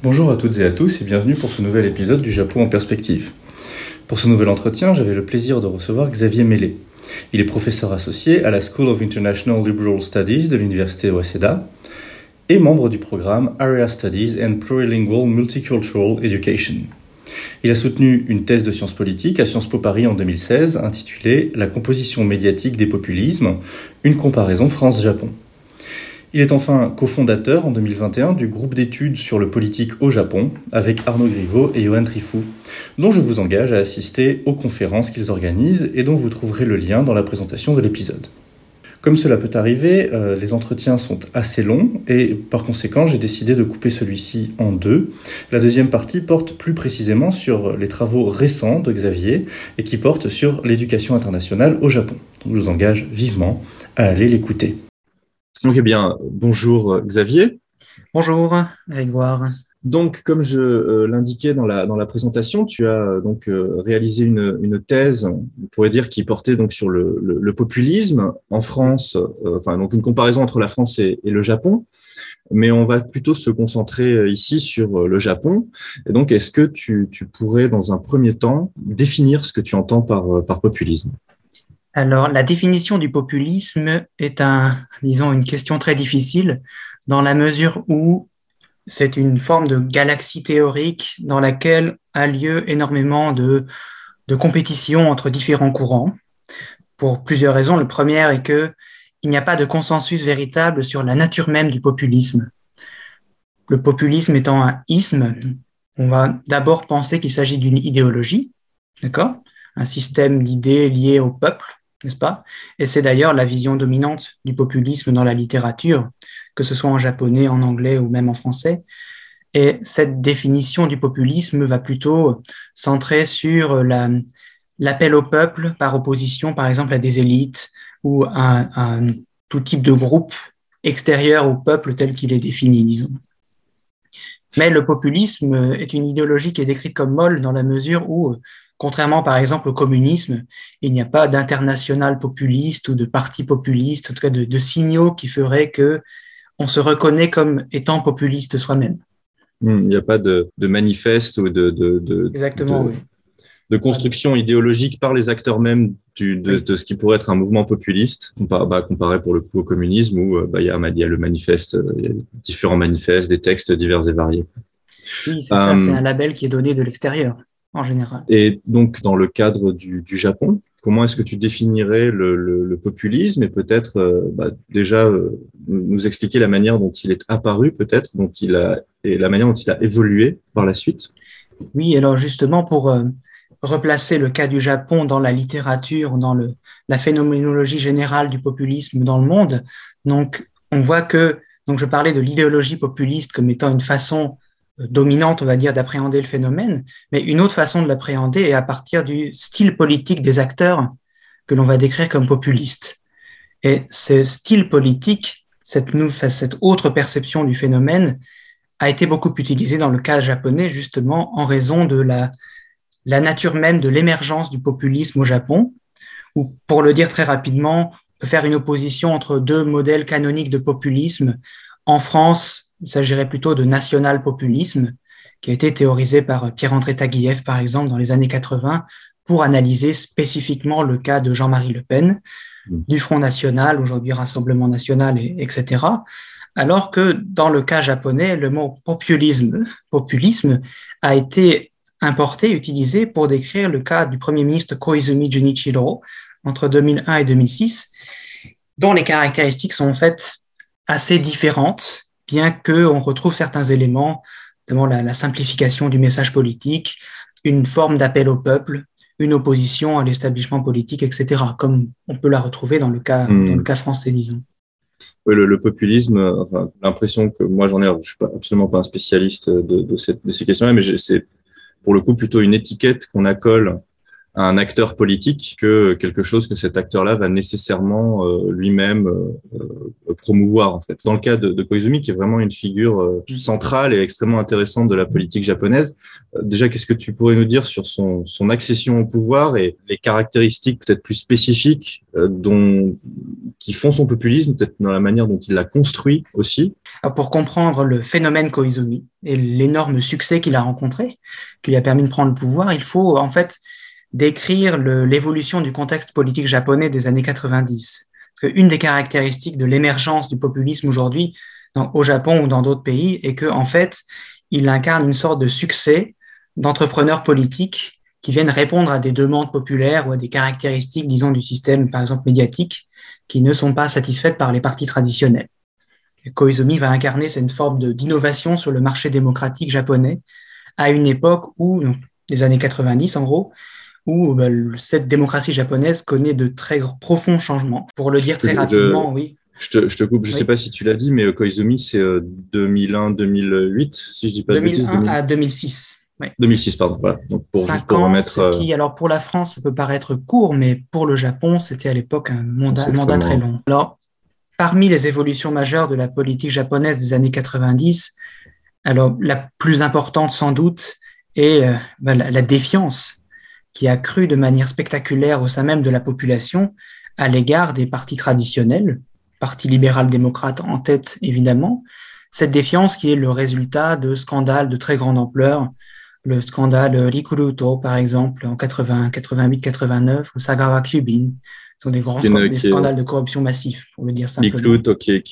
Bonjour à toutes et à tous et bienvenue pour ce nouvel épisode du Japon en perspective. Pour ce nouvel entretien, j'avais le plaisir de recevoir Xavier Mellet. Il est professeur associé à la School of International Liberal Studies de l'Université Waseda et membre du programme Area Studies and Plurilingual Multicultural Education. Il a soutenu une thèse de sciences politiques à Sciences Po Paris en 2016 intitulée « La composition médiatique des populismes, une comparaison France-Japon ». Il est enfin cofondateur en 2021 du groupe d'études sur le politique au Japon avec Arnaud Griveau et Johan Trifou, dont je vous engage à assister aux conférences qu'ils organisent et dont vous trouverez le lien dans la présentation de l'épisode. Comme cela peut arriver, les entretiens sont assez longs et par conséquent j'ai décidé de couper celui-ci en deux. La deuxième partie porte plus précisément sur les travaux récents de Xavier et qui portent sur l'éducation internationale au Japon. Donc je vous engage vivement à aller l'écouter. Donc, bonjour Xavier. Bonjour Grégoire. Donc, comme je l'indiquais dans la présentation, tu as donc réalisé une thèse, on pourrait dire, qui portait donc sur le populisme en France, donc une comparaison entre la France et le Japon. Mais on va plutôt se concentrer ici sur le Japon. Et donc, est-ce que tu pourrais, dans un premier temps, définir ce que tu entends par populisme ? Alors, la définition du populisme est une question très difficile dans la mesure où c'est une forme de galaxie théorique dans laquelle a lieu énormément de compétition entre différents courants pour plusieurs raisons. Le premier est qu'il n'y a pas de consensus véritable sur la nature même du populisme. Le populisme étant un isme, on va d'abord penser qu'il s'agit d'une idéologie, d'accord ? Un système d'idées lié au peuple, n'est-ce pas ? Et c'est d'ailleurs la vision dominante du populisme dans la littérature, que ce soit en japonais, en anglais ou même en français. Et cette définition du populisme va plutôt centrer sur l'appel au peuple par opposition, par exemple, à des élites ou à tout type de groupe extérieur au peuple tel qu'il est défini, disons. Mais le populisme est une idéologie qui est décrite comme molle dans la mesure où, contrairement par exemple au communisme, il n'y a pas d'international populiste ou de parti populiste, en tout cas de signaux qui feraient qu'on se reconnaît comme étant populiste soi-même. Il n'y a pas de manifeste ou Exactement, oui. De construction idéologique par les acteurs même de ce qui pourrait être un mouvement populiste, comparé pour le coup au communisme où il y a le manifeste, il y a différents manifestes, des textes divers et variés. Oui, c'est ça, c'est un label qui est donné de l'extérieur, en général. Et donc, dans le cadre du Japon, comment est-ce que tu définirais le populisme et peut-être déjà nous expliquer la manière dont il est apparu peut-être, et la manière dont il a évolué par la suite ? Oui, alors justement pour replacer le cas du Japon dans la littérature, dans la phénoménologie générale du populisme dans le monde, donc on voit que, donc je parlais de l'idéologie populiste comme étant une façon dominante, on va dire, d'appréhender le phénomène, mais une autre façon de l'appréhender est à partir du style politique des acteurs que l'on va décrire comme populistes. Et ce style politique, cette autre perception du phénomène, a été beaucoup utilisé dans le cas japonais, justement, en raison de la nature même de l'émergence du populisme au Japon, ou pour le dire très rapidement, on peut faire une opposition entre deux modèles canoniques de populisme. En France, il s'agirait plutôt de national-populisme, qui a été théorisé par Pierre-André Taguieff, par exemple, dans les années 80, pour analyser spécifiquement le cas de Jean-Marie Le Pen, du Front National, aujourd'hui Rassemblement National, etc., alors que dans le cas japonais, le mot populisme a été importé, utilisé pour décrire le cas du Premier ministre Koizumi Junichiro entre 2001 et 2006, dont les caractéristiques sont en fait assez différentes, bien qu'on retrouve certains éléments, notamment la simplification du message politique, une forme d'appel au peuple, une opposition à l'établissement politique, etc., comme on peut la retrouver dans le cas français, disons. Oui, le populisme, l'impression que moi j'en ai, je suis absolument pas un spécialiste de ces questions-là, mais c'est pour le coup plutôt une étiquette qu'on accole un acteur politique que quelque chose que cet acteur-là va nécessairement lui-même promouvoir en fait. Dans le cas de Koizumi, qui est vraiment une figure centrale et extrêmement intéressante de la politique japonaise, déjà qu'est-ce que tu pourrais nous dire sur son accession au pouvoir et les caractéristiques peut-être plus spécifiques qui font son populisme, peut-être dans la manière dont il l'a construit aussi? Pour comprendre le phénomène Koizumi et l'énorme succès qu'il a rencontré, qui lui a permis de prendre le pouvoir, il faut en fait décrire l'évolution du contexte politique japonais des années 90. Parce qu'une des caractéristiques de l'émergence du populisme aujourd'hui au Japon ou dans d'autres pays est qu'en fait, il incarne une sorte de succès d'entrepreneurs politiques qui viennent répondre à des demandes populaires ou à des caractéristiques, disons, du système, par exemple, médiatique, qui ne sont pas satisfaites par les partis traditionnels. Koizumi va incarner cette forme d'innovation sur le marché démocratique japonais à une époque où, donc, les années 90 en gros, où cette démocratie japonaise connaît de très profonds changements. Pour le dire très rapidement, oui. Je te coupe, je ne sais pas si tu l'as dit, mais Koizumi, c'est 2001-2008, si je ne dis pas de bêtises. 2001 à 2006. Oui. 2006, pardon. Voilà. Donc juste pour remettre. Alors pour la France, ça peut paraître court, mais pour le Japon, c'était à l'époque un mandat très long. Alors, parmi les évolutions majeures de la politique japonaise des années 90, alors la plus importante sans doute est la défiance qui a cru de manière spectaculaire au sein même de la population à l'égard des partis traditionnels, Parti libéral-démocrate en tête évidemment, cette défiance qui est le résultat de scandales de très grande ampleur, le scandale Rikuruto par exemple en 88-89 ou Sagawa Kyubin, ce sont des grands scandales de corruption massifs, pour le dire simplement. Rikuruto qui est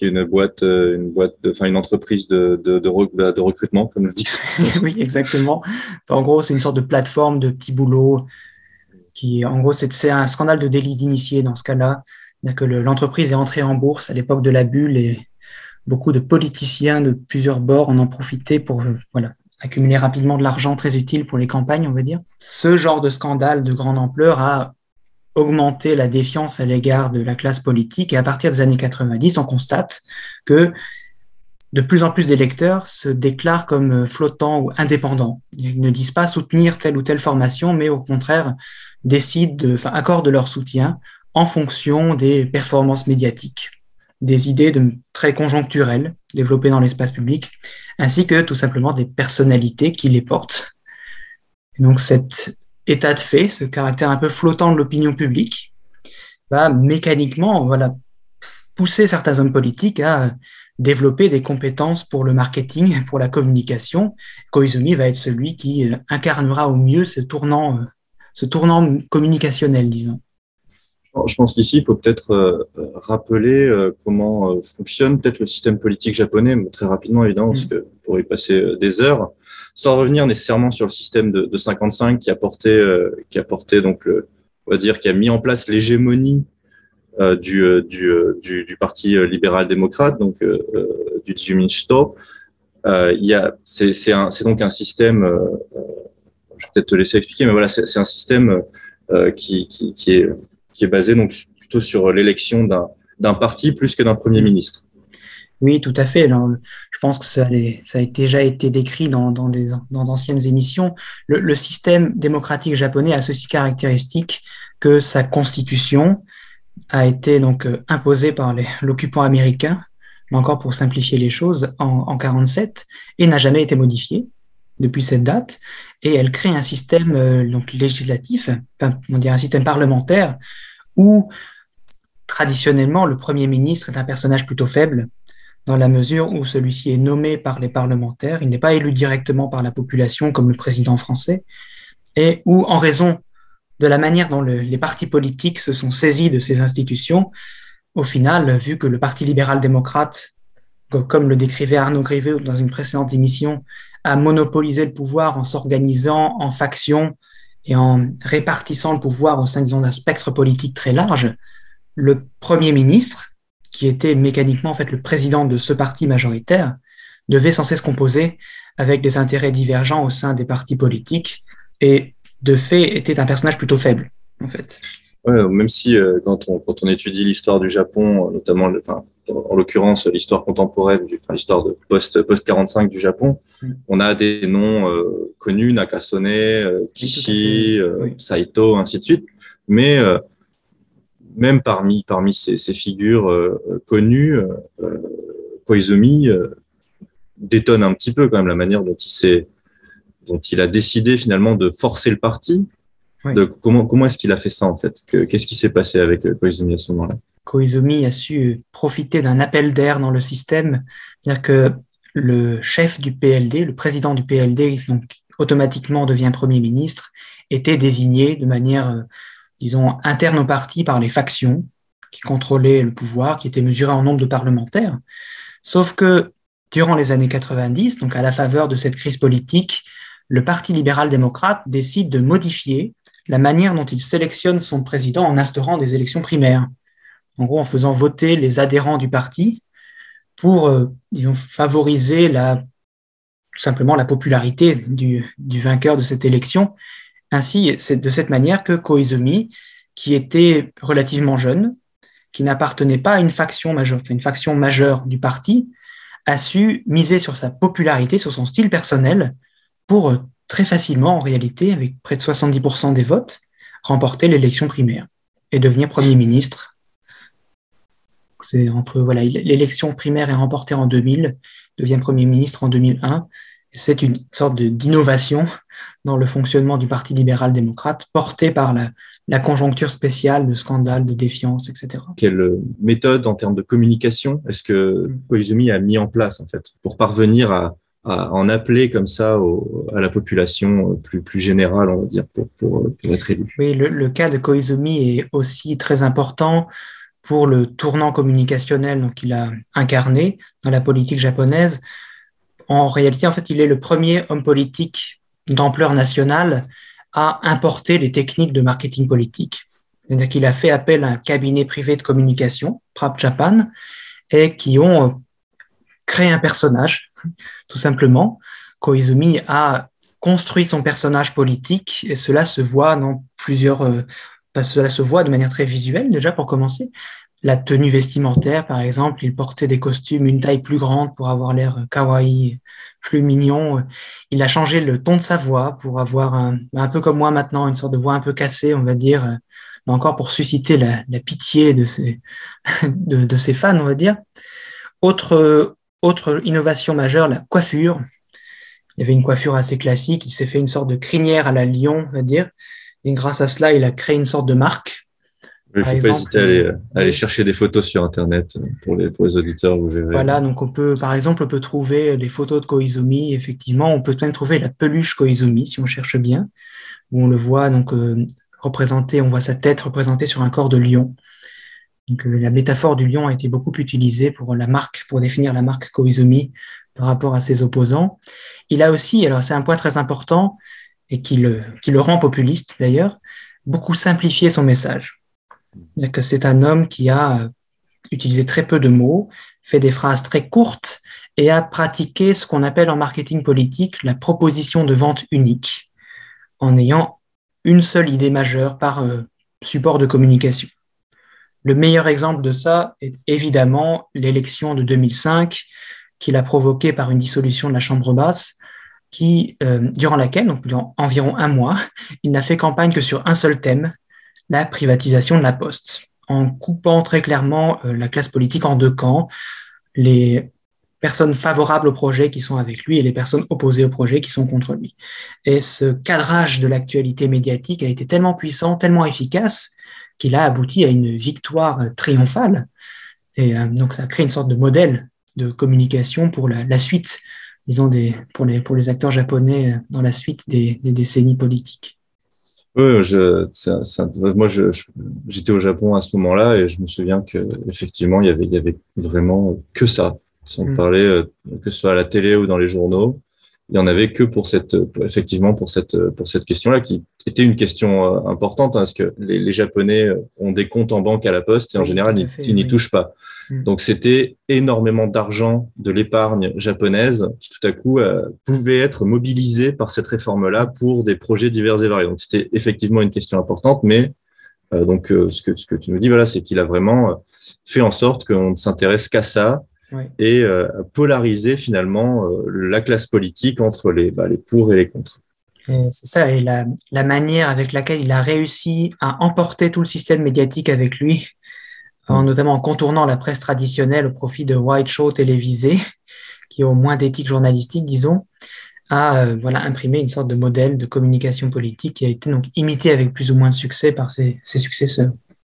une entreprise de recrutement, comme le dit. Oui, exactement. En gros, c'est une sorte de plateforme de petits boulots qui, en gros, c'est un scandale de délit d'initié dans ce cas-là. C'est-à-dire que l'entreprise est entrée en bourse à l'époque de la bulle et beaucoup de politiciens de plusieurs bords en ont profité pour accumuler rapidement de l'argent très utile pour les campagnes, on va dire. Ce genre de scandale de grande ampleur a augmenté la défiance à l'égard de la classe politique et à partir des années 90, on constate que de plus en plus d'électeurs se déclarent comme flottants ou indépendants. Ils ne disent pas soutenir telle ou telle formation, mais au contraire accordent leur soutien en fonction des performances médiatiques, des idées très conjoncturelles développées dans l'espace public, ainsi que tout simplement des personnalités qui les portent. Et donc cet état de fait, ce caractère un peu flottant de l'opinion publique, va mécaniquement pousser certains hommes politiques à développer des compétences pour le marketing, pour la communication. Koizumi va être celui qui incarnera au mieux ce tournant communicationnel, disons. Je pense qu'ici, il faut peut-être rappeler comment fonctionne peut-être le système politique japonais, très rapidement évidemment, parce qu'on pourrait y passer des heures, sans revenir nécessairement sur le système de 55 qui a porté donc on va dire qui a mis en place l'hégémonie du parti libéral-démocrate, donc du Juminshito. C'est donc un système, je vais peut-être te laisser expliquer, mais voilà, c'est un système qui est basé donc plutôt sur l'élection d'un parti plus que d'un premier ministre. Oui, tout à fait. Alors, je pense que ça a déjà été décrit dans d'anciennes émissions. Le système démocratique japonais a ceci caractéristique que sa constitution a été donc imposée par l'occupant américain, là encore pour simplifier les choses, en 47 et n'a jamais été modifiée depuis cette date. Et elle crée un système donc législatif, on dirait un système parlementaire, où traditionnellement le Premier ministre est un personnage plutôt faible, dans la mesure où celui-ci est nommé par les parlementaires, il n'est pas élu directement par la population comme le président français, et où en raison de la manière dont les partis politiques se sont saisis de ces institutions, au final, vu que le Parti libéral-démocrate, comme le décrivait Arnaud Grivet dans une précédente émission, a monopolisé le pouvoir en s'organisant en factions et en répartissant le pouvoir au sein, disons, d'un spectre politique très large, le Premier ministre, qui était mécaniquement en fait le président de ce parti majoritaire, devait sans cesse composer avec des intérêts divergents au sein des partis politiques et de fait était un personnage plutôt faible en fait. Ouais, même si quand on étudie l'histoire du Japon, notamment en l'occurrence l'histoire contemporaine, l'histoire de post 45 du Japon, On a des noms connus, Nakasone, Kishi, Saito, ainsi de suite. Mais même parmi ces figures connues, Koizumi détonne un petit peu quand même la manière dont il a décidé finalement de forcer le parti. Comment est-ce qu'il a fait ça en fait? Qu'est-ce qui s'est passé avec Koizumi à ce moment-là? Koizumi a su profiter d'un appel d'air dans le système, c'est-à-dire que le chef du PLD, le président du PLD, donc automatiquement devient Premier ministre, était désigné de manière, disons, interne au parti par les factions qui contrôlaient le pouvoir, qui étaient mesurées en nombre de parlementaires. Sauf que durant les années 90, donc à la faveur de cette crise politique, le Parti libéral-démocrate décide de modifier la manière dont il sélectionne son président en instaurant des élections primaires. En gros, en faisant voter les adhérents du parti pour, disons, favoriser tout simplement la popularité du vainqueur de cette élection. Ainsi, c'est de cette manière que Koizumi, qui était relativement jeune, qui n'appartenait pas à une faction majeure du parti, a su miser sur sa popularité, sur son style personnel, pour très facilement, en réalité, avec près de 70% des votes, remporter l'élection primaire et devenir Premier ministre. L'élection primaire est remportée en 2000, devient Premier ministre en 2001. C'est une sorte d'innovation dans le fonctionnement du Parti libéral-démocrate, portée par la conjoncture spéciale de scandales, de défiance, etc. Quelle méthode en termes de communication est-ce que Koizumi a mis en place en fait pour parvenir à en appeler comme ça à la population plus générale, on va dire, pour être élu? Oui, le cas de Koizumi est aussi très important pour le tournant communicationnel qu'il a incarné dans la politique japonaise. En réalité, en fait, il est le premier homme politique d'ampleur nationale à importer les techniques de marketing politique. C'est-à-dire qu'il a fait appel à un cabinet privé de communication, Prap Japan, et qui ont créé un personnage, tout simplement. Koizumi a construit son personnage politique et cela se voit dans cela se voit de manière très visuelle, déjà, pour commencer. La tenue vestimentaire, par exemple, il portait des costumes une taille plus grande pour avoir l'air kawaii, plus mignon. Il a changé le ton de sa voix pour avoir un peu comme moi maintenant, une sorte de voix un peu cassée, on va dire, là encore pour susciter la pitié de ses fans, on va dire. Autre innovation majeure, la coiffure. Il y avait une coiffure assez classique, il s'est fait une sorte de crinière à la lion, on va dire. Et grâce à cela, il a créé une sorte de marque. Il ne faut pas hésiter à aller chercher des photos sur Internet pour les auditeurs, vous verrez. Voilà, donc on peut trouver des photos de Koizumi, effectivement. On peut même trouver la peluche Koizumi, si on cherche bien, où on le voit donc représenté, on voit sa tête représentée sur un corps de lion. Donc la métaphore du lion a été beaucoup utilisée pour définir la marque Koizumi par rapport à ses opposants. Il a aussi, alors c'est un point très important, et qui le rend populiste d'ailleurs, beaucoup simplifié son message. C'est-à-dire que c'est un homme qui a utilisé très peu de mots, fait des phrases très courtes et a pratiqué ce qu'on appelle en marketing politique la proposition de vente unique, en ayant une seule idée majeure par support de communication. Le meilleur exemple de ça est évidemment l'élection de 2005 qu'il a provoquée par une dissolution de la Chambre basse, durant laquelle, donc durant environ un mois, il n'a fait campagne que sur un seul thème, la privatisation de la Poste, en coupant très clairement la classe politique en deux camps, les personnes favorables au projet qui sont avec lui et les personnes opposées au projet qui sont contre lui. Et ce cadrage de l'actualité médiatique a été tellement puissant, tellement efficace, qu'il a abouti à une victoire triomphale. Et donc ça a créé une sorte de modèle de communication pour la suite, disons, pour les acteurs japonais dans la suite des décennies politiques. Oui, moi, j'étais au Japon à ce moment-là et je me souviens que effectivement, il y avait vraiment que ça. Si on parlait, que ce soit à la télé ou dans les journaux, il y en avait que pour cette question-là, qui était une question importante, hein, parce que les Japonais ont des comptes en banque à la Poste et en général, ils n'y touchent pas. Donc, c'était énormément d'argent de l'épargne japonaise qui, tout à coup, pouvait être mobilisé par cette réforme-là pour des projets divers et variés. Donc, c'était effectivement une question importante, mais ce que tu nous dis, voilà, c'est qu'il a vraiment fait en sorte qu'on ne s'intéresse qu'à ça et polariser finalement la classe politique entre les pour et les contre. Et c'est ça, et la manière avec laquelle il a réussi à emporter tout le système médiatique avec lui, notamment en contournant la presse traditionnelle au profit de white shows télévisés, qui ont moins d'éthique journalistique, disons, a imprimé une sorte de modèle de communication politique qui a été donc imité avec plus ou moins de succès par ses successeurs.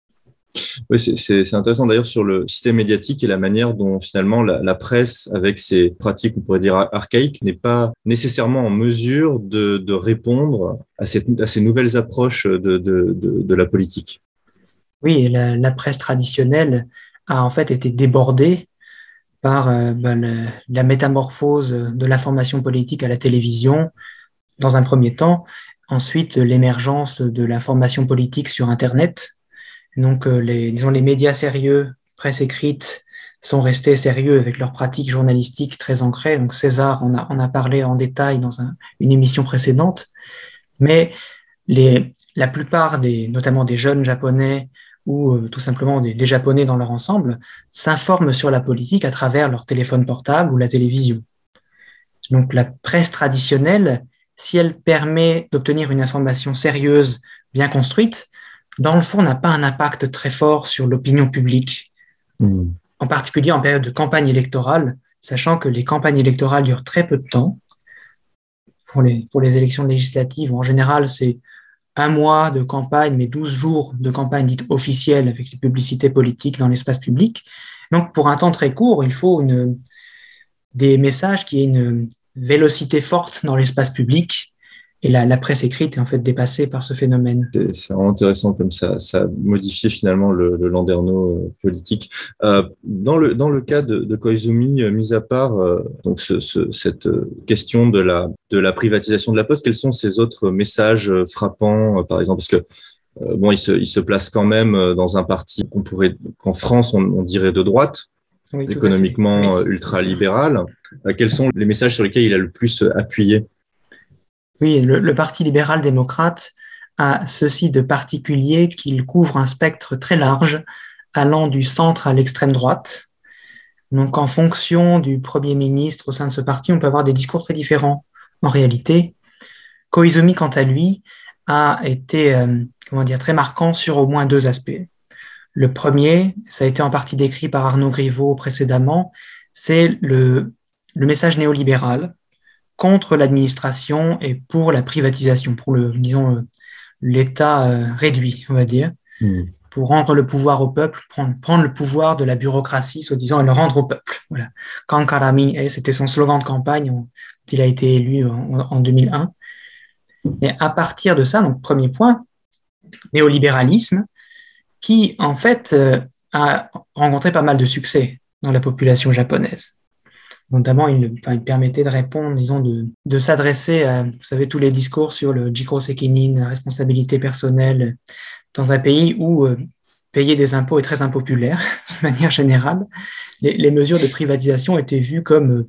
Oui, c'est intéressant d'ailleurs sur le système médiatique et la manière dont finalement la presse, avec ses pratiques, on pourrait dire archaïques, n'est pas nécessairement en mesure de répondre à ces nouvelles approches de la politique. Oui, et la presse traditionnelle a en fait été débordée par la métamorphose de l'information politique à la télévision, dans un premier temps. Ensuite, l'émergence de l'information politique sur Internet. Donc, les médias sérieux, presse écrite, sont restés sérieux avec leurs pratiques journalistiques très ancrées. Donc, César, on a parlé en détail dans une émission précédente. Mais la plupart notamment des jeunes Japonais ou tout simplement des Japonais dans leur ensemble, s'informent sur la politique à travers leur téléphone portable ou la télévision. Donc la presse traditionnelle, si elle permet d'obtenir une information sérieuse, bien construite, dans le fond, n'a pas un impact très fort sur l'opinion publique, en particulier en période de campagne électorale, sachant que les campagnes électorales durent très peu de temps. Pour les élections législatives, en général, c'est 1 mois de campagne, mais 12 jours de campagne dite officielle avec les publicités politiques dans l'espace public. Donc, pour un temps très court, il faut des messages qui aient une vélocité forte dans l'espace public. Et la presse écrite est en fait dépassée par ce phénomène. C'est vraiment intéressant comme ça a modifié finalement le landerneau politique. Dans le cas de Koizumi, mis à part donc cette question de la privatisation de la Poste, quels sont ces autres messages frappants, par exemple, parce que il se place quand même dans un parti qu'en France on dirait de droite, oui, économiquement ultra-libéral. Quels sont les messages sur lesquels il a le plus appuyé? Oui, le Parti libéral-démocrate a ceci de particulier qu'il couvre un spectre très large allant du centre à l'extrême droite. Donc, en fonction du Premier ministre au sein de ce parti, on peut avoir des discours très différents. En réalité, Koizumi, quant à lui, a été très marquant sur au moins 2 aspects. Le premier, ça a été en partie décrit par Arnaud Griveaux précédemment, c'est le message néolibéral contre l'administration et pour la privatisation, pour l'État réduit, on va dire, pour rendre le pouvoir au peuple, prendre le pouvoir de la bureaucratie, soi-disant, et le rendre au peuple. Voilà. Kankarami, c'était son slogan de campagne, il a été élu en 2001. Et à partir de ça, donc premier point, néolibéralisme, qui en fait a rencontré pas mal de succès dans la population japonaise. Notamment, il permettait de répondre, de s'adresser à, vous savez, tous les discours sur le jiko sekinin, la responsabilité personnelle, dans un pays où payer des impôts est très impopulaire, de manière générale. Les mesures de privatisation étaient vues comme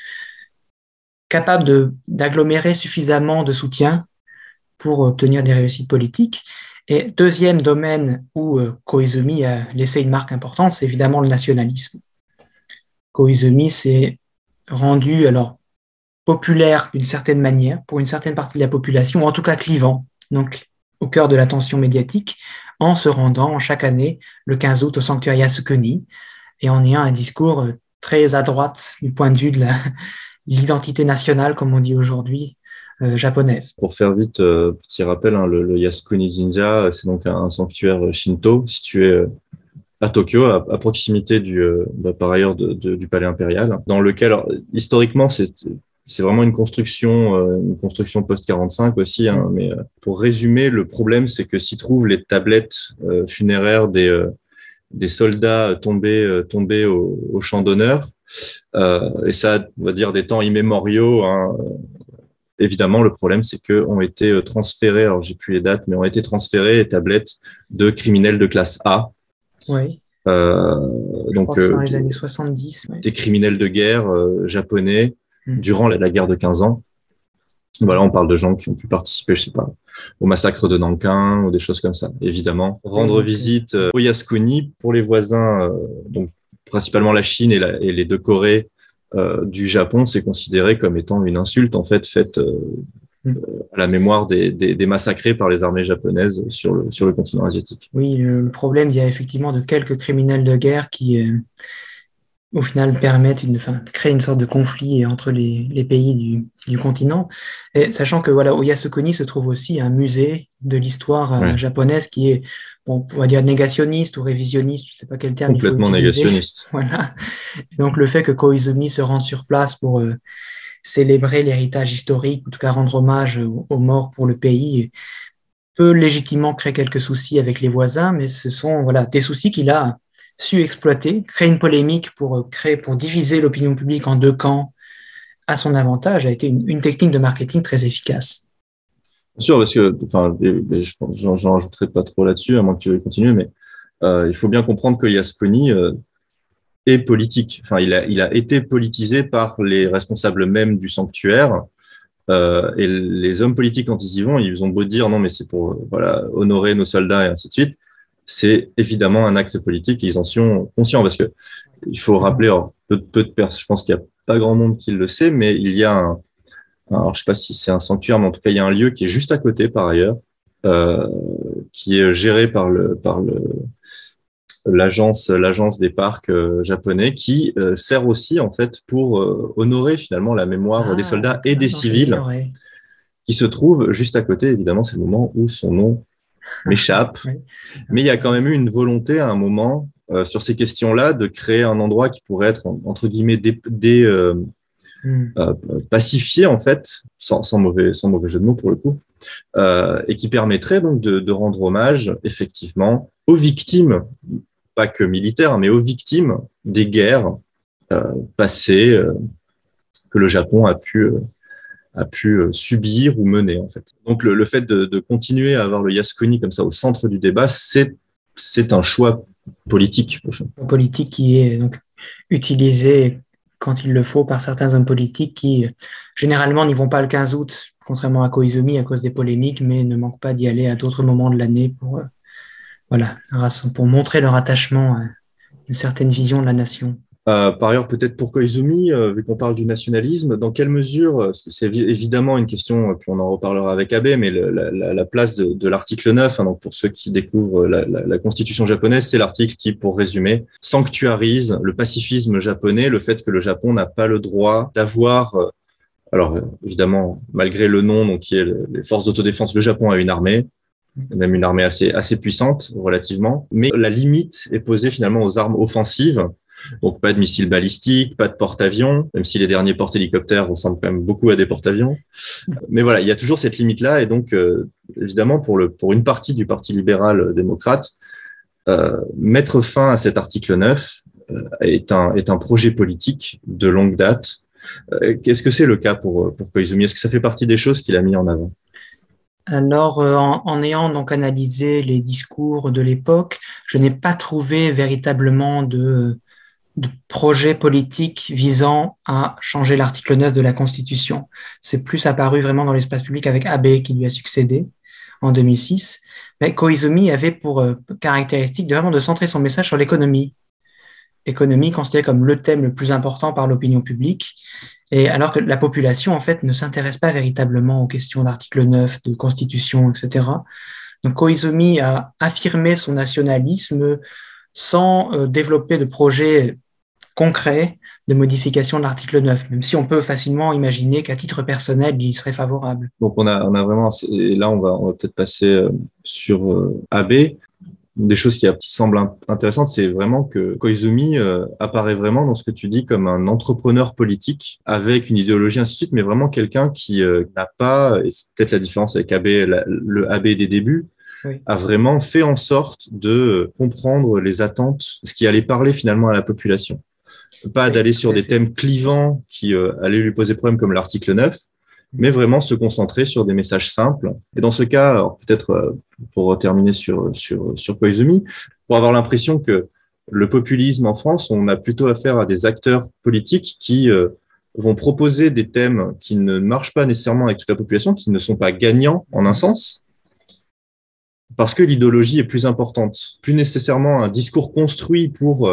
capables d'agglomérer suffisamment de soutien pour obtenir des réussites politiques. Et deuxième domaine où Koizumi a laissé une marque importante, c'est évidemment le nationalisme. Koizumi s'est rendu populaire d'une certaine manière pour une certaine partie de la population, ou en tout cas clivant, donc au cœur de l'attention médiatique, en se rendant chaque année le 15 août au sanctuaire Yasukuni et en ayant un discours très à droite du point de vue de l'identité nationale, comme on dit aujourd'hui, japonaise. Pour faire vite, petit rappel, le Yasukuni Jinja, c'est donc un sanctuaire Shinto situé à Tokyo, à proximité par ailleurs du palais impérial, dans lequel, alors, historiquement, c'est vraiment une construction post-45 aussi, hein, mais pour résumer, le problème, c'est que s'y trouvent les tablettes funéraires des soldats tombés au champ d'honneur, et ça, on va dire, des temps immémoriaux, hein. Évidemment, le problème, c'est qu'ont été transférés, alors j'ai plus les dates, mais ont été transférés les tablettes de criminels de classe A. Oui. Donc, dans les années 70. Ouais. Des criminels de guerre japonais durant la guerre de 15 ans. Voilà, on parle de gens qui ont pu participer, je sais pas, au massacre de Nankin ou des choses comme ça. Évidemment, rendre visite au Yasukuni pour les voisins, donc principalement la Chine et les deux Corées du Japon, c'est considéré comme étant une insulte en fait faite à la mémoire des massacrés par les armées japonaises sur le continent asiatique. Oui, le problème, il y a effectivement de quelques criminels de guerre qui, au final, créent une sorte de conflit entre les pays du continent. Et sachant que voilà, au Yasukuni se trouve aussi un musée de l'histoire japonaise qui est, bon, on va dire négationniste ou révisionniste, je ne sais pas quel terme il faut utiliser. Complètement négationniste. Voilà. Et donc le fait que Koizumi se rende sur place pour célébrer l'héritage historique, en tout cas rendre hommage aux morts pour le pays, peut légitimement créer quelques soucis avec les voisins, mais ce sont des soucis qu'il a su exploiter, créer une polémique pour diviser l'opinion publique en deux camps à son avantage a été une technique de marketing très efficace. Bien sûr, parce que je pense, j'en rajouterai pas trop là-dessus, à moins que tu veuilles continuer, mais il faut bien comprendre que Yasukuni est politique. Enfin, il a été politisé par les responsables même du sanctuaire. Et les hommes politiques, quand ils y vont, ils ont beau dire non, mais c'est pour honorer nos soldats et ainsi de suite. C'est évidemment un acte politique et ils en sont conscients parce que il faut rappeler, peu de personnes, je pense qu'il n'y a pas grand monde qui le sait, mais il y a alors je sais pas si c'est un sanctuaire, mais en tout cas il y a un lieu qui est juste à côté par ailleurs, qui est géré par l'agence des parcs japonais, qui sert aussi en fait pour honorer finalement la mémoire des soldats et des civils qui se trouvent juste à côté. Évidemment, c'est le moment où son nom m'échappe, mais il y a quand même eu une volonté à un moment sur ces questions-là de créer un endroit qui pourrait être entre guillemets pacifié en fait, sans mauvais jeu de mots pour le coup, et qui permettrait donc de rendre hommage effectivement aux victimes, pas que militaires, mais aux victimes des guerres passées que le Japon a pu subir ou mener en fait. Donc le fait de continuer à avoir le Yasukuni comme ça au centre du débat, c'est un choix politique. Politique qui est donc utilisé quand il le faut par certains hommes politiques qui généralement n'y vont pas le 15 août, contrairement à Koizumi à cause des polémiques, mais ne manquent pas d'y aller à d'autres moments de l'année pour montrer leur attachement à une certaine vision de la nation. Par ailleurs, peut-être pour Koizumi, vu qu'on parle du nationalisme, dans quelle mesure, parce que c'est évidemment une question, puis on en reparlera avec Abe, mais la place de l'article 9, donc pour ceux qui découvrent la constitution japonaise, c'est l'article qui, pour résumer, sanctuarise le pacifisme japonais, le fait que le Japon n'a pas le droit d'avoir, alors évidemment, malgré le nom, donc qui est les forces d'autodéfense, le Japon a une armée, même une armée assez puissante relativement, mais la limite est posée finalement aux armes offensives. Donc, pas de missiles balistiques, pas de porte-avions, même si les derniers porte-hélicoptères ressemblent quand même beaucoup à des porte-avions. Mais voilà, il y a toujours cette limite-là. Et donc, évidemment, pour une partie du Parti libéral démocrate, mettre fin à cet article 9 est un projet politique de longue date. Qu'est-ce que c'est le cas pour Koizumi? Est-ce que ça fait partie des choses qu'il a mis en avant? Alors, en ayant donc analysé les discours de l'époque, je n'ai pas trouvé véritablement de projet politique visant à changer l'article 9 de la Constitution. C'est plus apparu vraiment dans l'espace public avec Abe qui lui a succédé en 2006. Mais Koizumi avait pour caractéristique de centrer son message sur l'économie. Économie considérée comme le thème le plus important par l'opinion publique, et alors que la population en fait ne s'intéresse pas véritablement aux questions d'article 9, de Constitution, etc. Donc Koizumi a affirmé son nationalisme sans développer de projet concret de modification de l'article 9, même si on peut facilement imaginer qu'à titre personnel, il y serait favorable. Donc on a vraiment, et là on va peut-être passer sur Abe. Des choses qui semblent intéressantes, c'est vraiment que Koizumi apparaît vraiment dans ce que tu dis comme un entrepreneur politique avec une idéologie ainsi de suite, mais vraiment quelqu'un qui n'a pas, et c'est peut-être la différence avec Abe, le Abe des débuts, oui, a vraiment fait en sorte de comprendre les attentes, ce qui allait parler finalement à la population. Pas d'aller sur des thèmes clivants qui allaient lui poser problème comme l'article 9, mais vraiment se concentrer sur des messages simples. Et dans ce cas, alors peut-être pour terminer sur Koizumi, pour avoir l'impression que le populisme en France, on a plutôt affaire à des acteurs politiques qui vont proposer des thèmes qui ne marchent pas nécessairement avec toute la population, qui ne sont pas gagnants en un sens, parce que l'idéologie est plus importante. Plus nécessairement un discours construit pour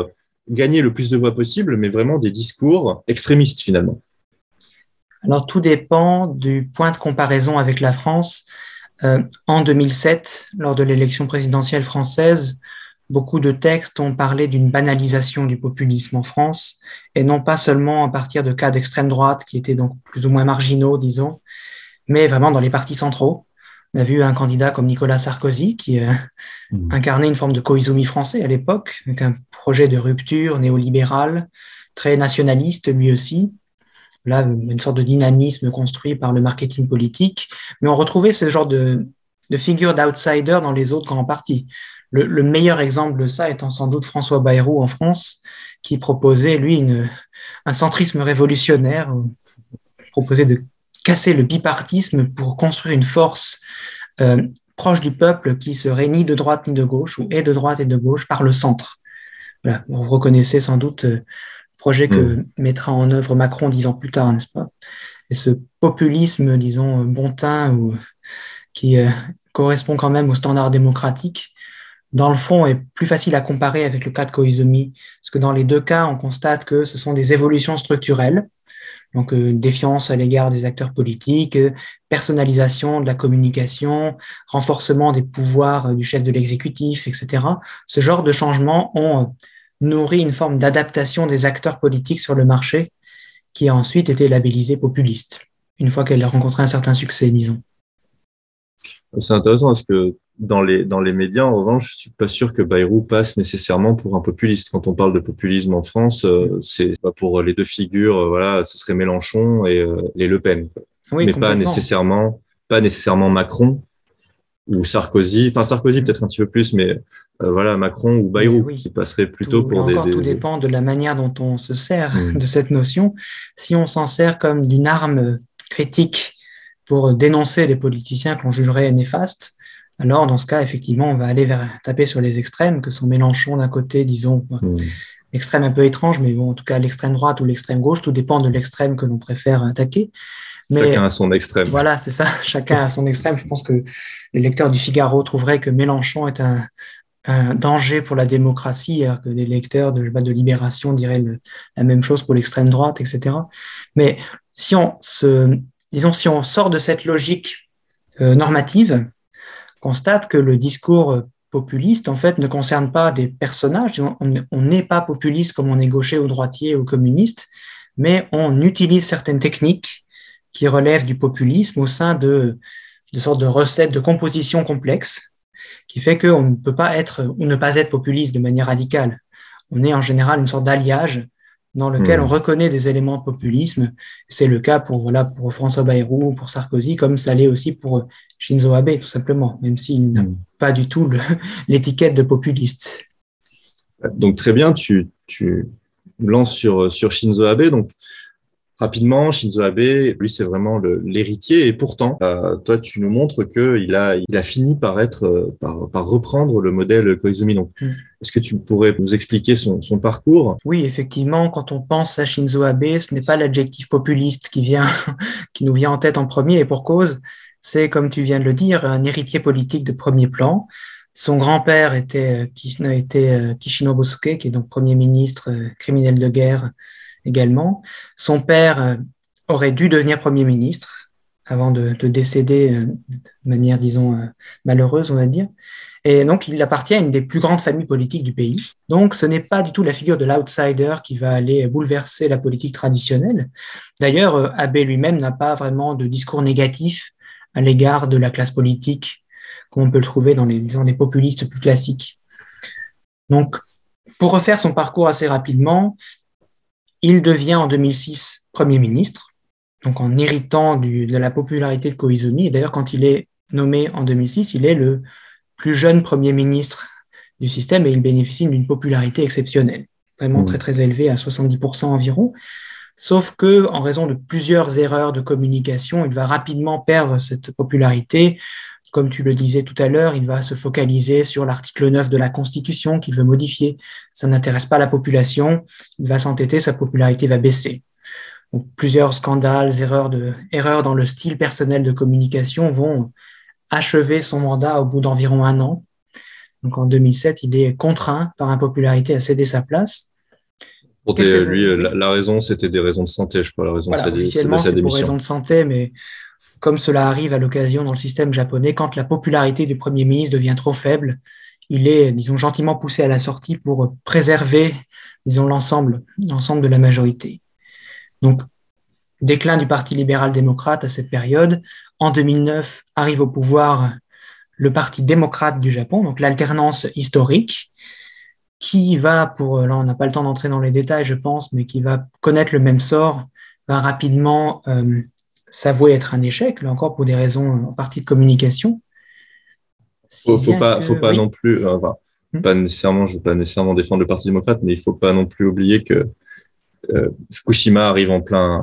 gagner le plus de voix possible, mais vraiment des discours extrémistes finalement? Alors, tout dépend du point de comparaison avec la France. En 2007, lors de l'élection présidentielle française, beaucoup de textes ont parlé d'une banalisation du populisme en France, et non pas seulement à partir de cas d'extrême droite qui étaient donc plus ou moins marginaux, disons, mais vraiment dans les partis centraux. On a vu un candidat comme Nicolas Sarkozy qui incarnait une forme de koizumi français à l'époque, avec un projet de rupture néolibéral, très nationaliste lui aussi. Là, une sorte de dynamisme construit par le marketing politique, mais on retrouvait ce genre de figure d'outsider dans les autres grands partis. Le meilleur exemple de ça étant sans doute François Bayrou en France, qui proposait, lui, un centrisme révolutionnaire, proposait de casser le bipartisme pour construire une force proche du peuple qui serait ni de droite ni de gauche, ou est de droite et de gauche par le centre. Voilà, vous reconnaissez sans doute le projet que mettra en œuvre Macron 10 ans plus tard, n'est-ce pas? Et ce populisme, disons, bon teint, qui correspond quand même aux standards démocratiques, dans le fond, est plus facile à comparer avec le cas de Koizumi, parce que dans les deux cas, on constate que ce sont des évolutions structurelles, donc défiance à l'égard des acteurs politiques, personnalisation de la communication, renforcement des pouvoirs du chef de l'exécutif, etc. Ce genre de changements ont nourri une forme d'adaptation des acteurs politiques sur le marché qui a ensuite été labellisée populiste, une fois qu'elle a rencontré un certain succès, disons. C'est intéressant parce que dans les médias, en revanche, je suis pas sûr que Bayrou passe nécessairement pour un populiste. Quand on parle de populisme en France, c'est pas pour les deux figures, voilà, ce serait Mélenchon et Le Pen, quoi. Oui, mais pas nécessairement Macron ou Sarkozy. Enfin, Sarkozy peut-être un petit peu plus, mais voilà, Macron ou Bayrou qui passerait plutôt pour tout dépend de la manière dont on se sert de cette notion. Si on s'en sert comme d'une arme critique pour dénoncer les politiciens qu'on jugerait néfastes, alors dans ce cas, effectivement, on va aller taper sur les extrêmes, que sont Mélenchon d'un côté, disons, l'extrême un peu étrange, mais bon, en tout cas l'extrême droite ou l'extrême gauche, tout dépend de l'extrême que l'on préfère attaquer. Mais chacun a son extrême. Voilà, c'est ça, chacun a son extrême. Je pense que les lecteurs du Figaro trouveraient que Mélenchon est un danger pour la démocratie, alors que les lecteurs de Libération diraient la même chose pour l'extrême droite, etc. Mais si on sort de cette logique normative, constate que le discours populiste, en fait, ne concerne pas des personnages. On n'est pas populiste comme on est gaucher ou droitier ou communiste, mais on utilise certaines techniques qui relèvent du populisme au sein de sortes de recettes de composition complexes, qui fait qu'on ne peut pas être ou ne pas être populiste de manière radicale. On est en général une sorte d'alliage dans lequel on reconnaît des éléments de populisme. C'est le cas pour François Bayrou, pour Sarkozy, comme ça l'est aussi pour Shinzo Abe, tout simplement, même s'il n'a pas du tout l'étiquette de populiste. Donc très bien, tu lances sur Shinzo Abe. Donc rapidement, Shinzo Abe, lui, c'est vraiment l'héritier. Et pourtant, toi, tu nous montres qu'il a fini par reprendre le modèle Koizumi. Donc, est-ce que tu pourrais nous expliquer son parcours? Oui, effectivement, quand on pense à Shinzo Abe, ce n'est pas l'adjectif populiste qui nous vient en tête en premier, et pour cause. C'est, comme tu viens de le dire, un héritier politique de premier plan. Son grand-père était Kishinobusuke, qui est donc premier ministre, criminel de guerre également. Son père aurait dû devenir premier ministre avant de décéder de manière, disons, malheureuse, on va dire. Et donc, il appartient à une des plus grandes familles politiques du pays. Donc, ce n'est pas du tout la figure de l'outsider qui va aller bouleverser la politique traditionnelle. D'ailleurs, Abe lui-même n'a pas vraiment de discours négatif à l'égard de la classe politique, comme on peut le trouver dans les populistes plus classiques. Donc, pour refaire son parcours assez rapidement, il devient en 2006 Premier ministre, donc en héritant de la popularité de Koizumi. Et d'ailleurs, quand il est nommé en 2006, il est le plus jeune Premier ministre du système et il bénéficie d'une popularité exceptionnelle, vraiment très très élevée, à 70% environ. Sauf que, en raison de plusieurs erreurs de communication, il va rapidement perdre cette popularité. Comme tu le disais tout à l'heure, il va se focaliser sur l'article 9 de la Constitution qu'il veut modifier. Ça n'intéresse pas la population. Il va s'entêter, sa popularité va baisser. Donc, plusieurs scandales, erreurs dans le style personnel de communication vont achever son mandat au bout d'environ 1 an. Donc, en 2007, il est contraint par impopularité à céder sa place. quelques oui. La raison, c'était des raisons de santé, je crois, la raison voilà, de officiellement, sa c'est pour démission. raison de santé, mais comme cela arrive à l'occasion dans le système japonais, quand la popularité du Premier ministre devient trop faible, il est, disons, gentiment poussé à la sortie pour préserver, disons, l'ensemble de la majorité. Donc, déclin du Parti libéral-démocrate à cette période. En 2009, arrive au pouvoir le Parti démocrate du Japon, donc l'alternance historique, qui va, là on n'a pas le temps d'entrer dans les détails, je pense, mais qui va connaître le même sort, va rapidement s'avouer être un échec, là encore pour des raisons en partie de communication. Faut pas non plus, pas nécessairement, je veux pas nécessairement défendre le Parti démocrate, mais il faut pas non plus oublier que Fukushima arrive en plein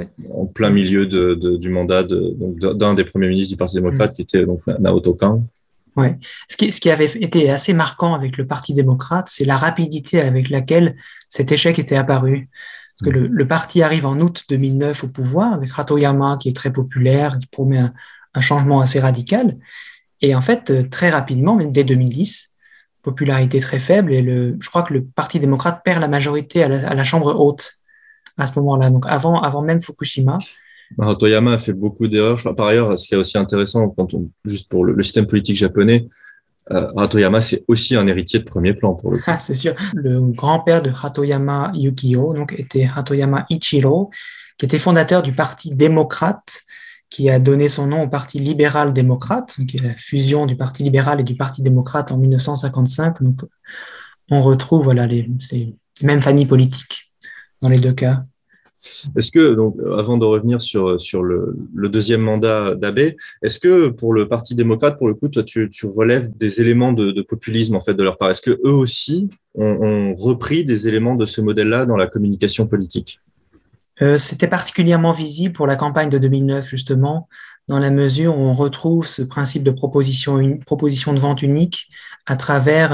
milieu du mandat d'un des premiers ministres du Parti démocrate, qui était donc Naoto Kan. Ouais. Ce qui avait été assez marquant avec le Parti démocrate, c'est la rapidité avec laquelle cet échec était apparu. Parce que le parti arrive en août 2009 au pouvoir, avec Hatoyama qui est très populaire, qui promet un changement assez radical. Et en fait, très rapidement, même dès 2010, popularité très faible, et je crois que le Parti démocrate perd la majorité à la Chambre haute à ce moment-là, donc avant même Fukushima. Hatoyama a fait beaucoup d'erreurs. Par ailleurs, ce qui est aussi intéressant, juste pour le système politique japonais, Hatoyama, c'est aussi un héritier de premier plan pour le coup. Ah, c'est sûr. Le grand-père de Hatoyama Yukio donc, était Hatoyama Ichiro, qui était fondateur du Parti démocrate, qui a donné son nom au Parti libéral-démocrate, qui est la fusion du Parti libéral et du Parti démocrate en 1955. Donc, on retrouve ces mêmes familles politiques dans les deux cas. Est-ce que, donc, avant de revenir sur le deuxième mandat d'Abe, est-ce que pour le Parti démocrate, pour le coup, toi, tu relèves des éléments de populisme en fait de leur part? Est-ce que eux aussi ont repris des éléments de ce modèle-là dans la communication politique? C'était particulièrement visible pour la campagne de 2009, justement, dans la mesure où on retrouve ce principe de proposition de vente unique à travers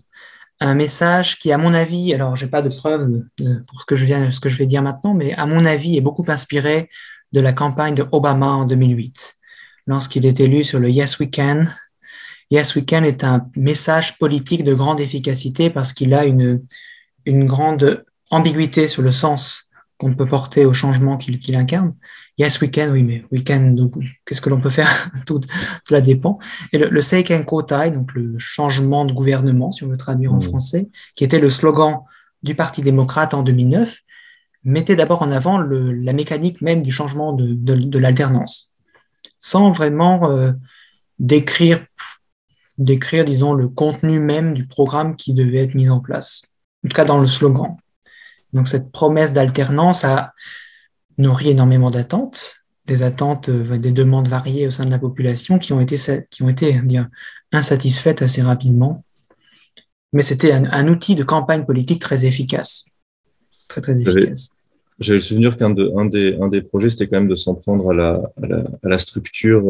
un message qui, à mon avis, alors j'ai pas de preuves pour ce que je vais dire maintenant, mais à mon avis est beaucoup inspiré de la campagne de Obama en 2008, lorsqu'il est élu sur le Yes We Can. Yes We Can est un message politique de grande efficacité parce qu'il a une grande ambiguïté sur le sens qu'on peut porter au changement qu'il incarne. Yes, we can, oui, mais we can, donc qu'est-ce que l'on peut faire? Tout cela dépend. Et le Seiken Kotai, donc le changement de gouvernement, si on veut traduire en français, qui était le slogan du Parti démocrate en 2009, mettait d'abord en avant la mécanique même du changement de l'alternance, sans vraiment décrire, disons, le contenu même du programme qui devait être mis en place, en tout cas dans le slogan. Donc cette promesse d'alternance a nourri énormément d'attentes, des demandes variées au sein de la population qui ont été insatisfaites assez rapidement. Mais c'était un outil de campagne politique très efficace. Très, très efficace. J'avais le souvenir qu'un des projets, c'était quand même de s'en prendre à la structure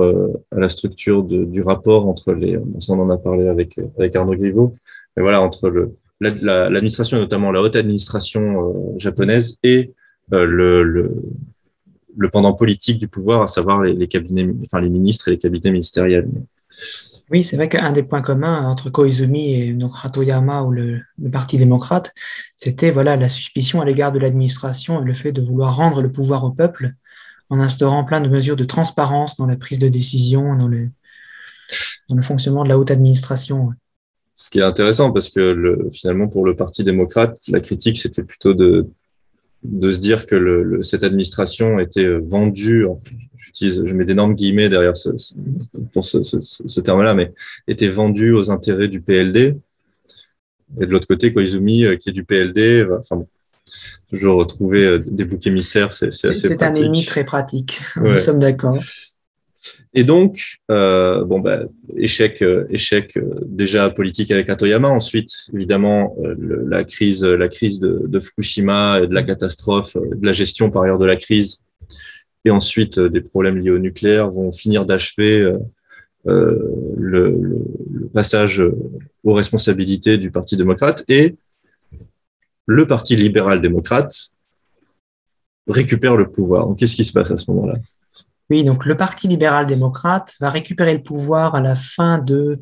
du rapport entre on en a parlé avec Arnaud Griveau, mais voilà, entre l'administration, et notamment la haute administration japonaise, et le pendant politique du pouvoir, à savoir les cabinets, enfin les ministres et les cabinets ministériels. Oui, c'est vrai qu'un des points communs entre Koizumi et donc Hatoyama ou le Parti démocrate, c'était la suspicion à l'égard de l'administration et le fait de vouloir rendre le pouvoir au peuple en instaurant plein de mesures de transparence dans la prise de décision, dans le fonctionnement de la haute administration. Ce qui est intéressant parce que finalement pour le Parti démocrate, la critique c'était plutôt de se dire que cette administration était vendue, je mets d'énormes guillemets derrière pour ce terme-là, mais était vendue aux intérêts du PLD. Et de l'autre côté, Koizumi, qui est du PLD, toujours retrouver des boucs émissaires, c'est assez pratique. C'est un ennemi très pratique, ouais. Nous sommes d'accord. Et donc, échec déjà politique avec Hatoyama. Ensuite, évidemment, la crise de Fukushima, de la catastrophe, de la gestion par ailleurs de la crise, et ensuite des problèmes liés au nucléaire vont finir d'achever le passage aux responsabilités du Parti démocrate, et le Parti libéral-démocrate récupère le pouvoir. Donc, qu'est-ce qui se passe à ce moment-là? Oui, donc le Parti libéral-démocrate va récupérer le pouvoir à la fin de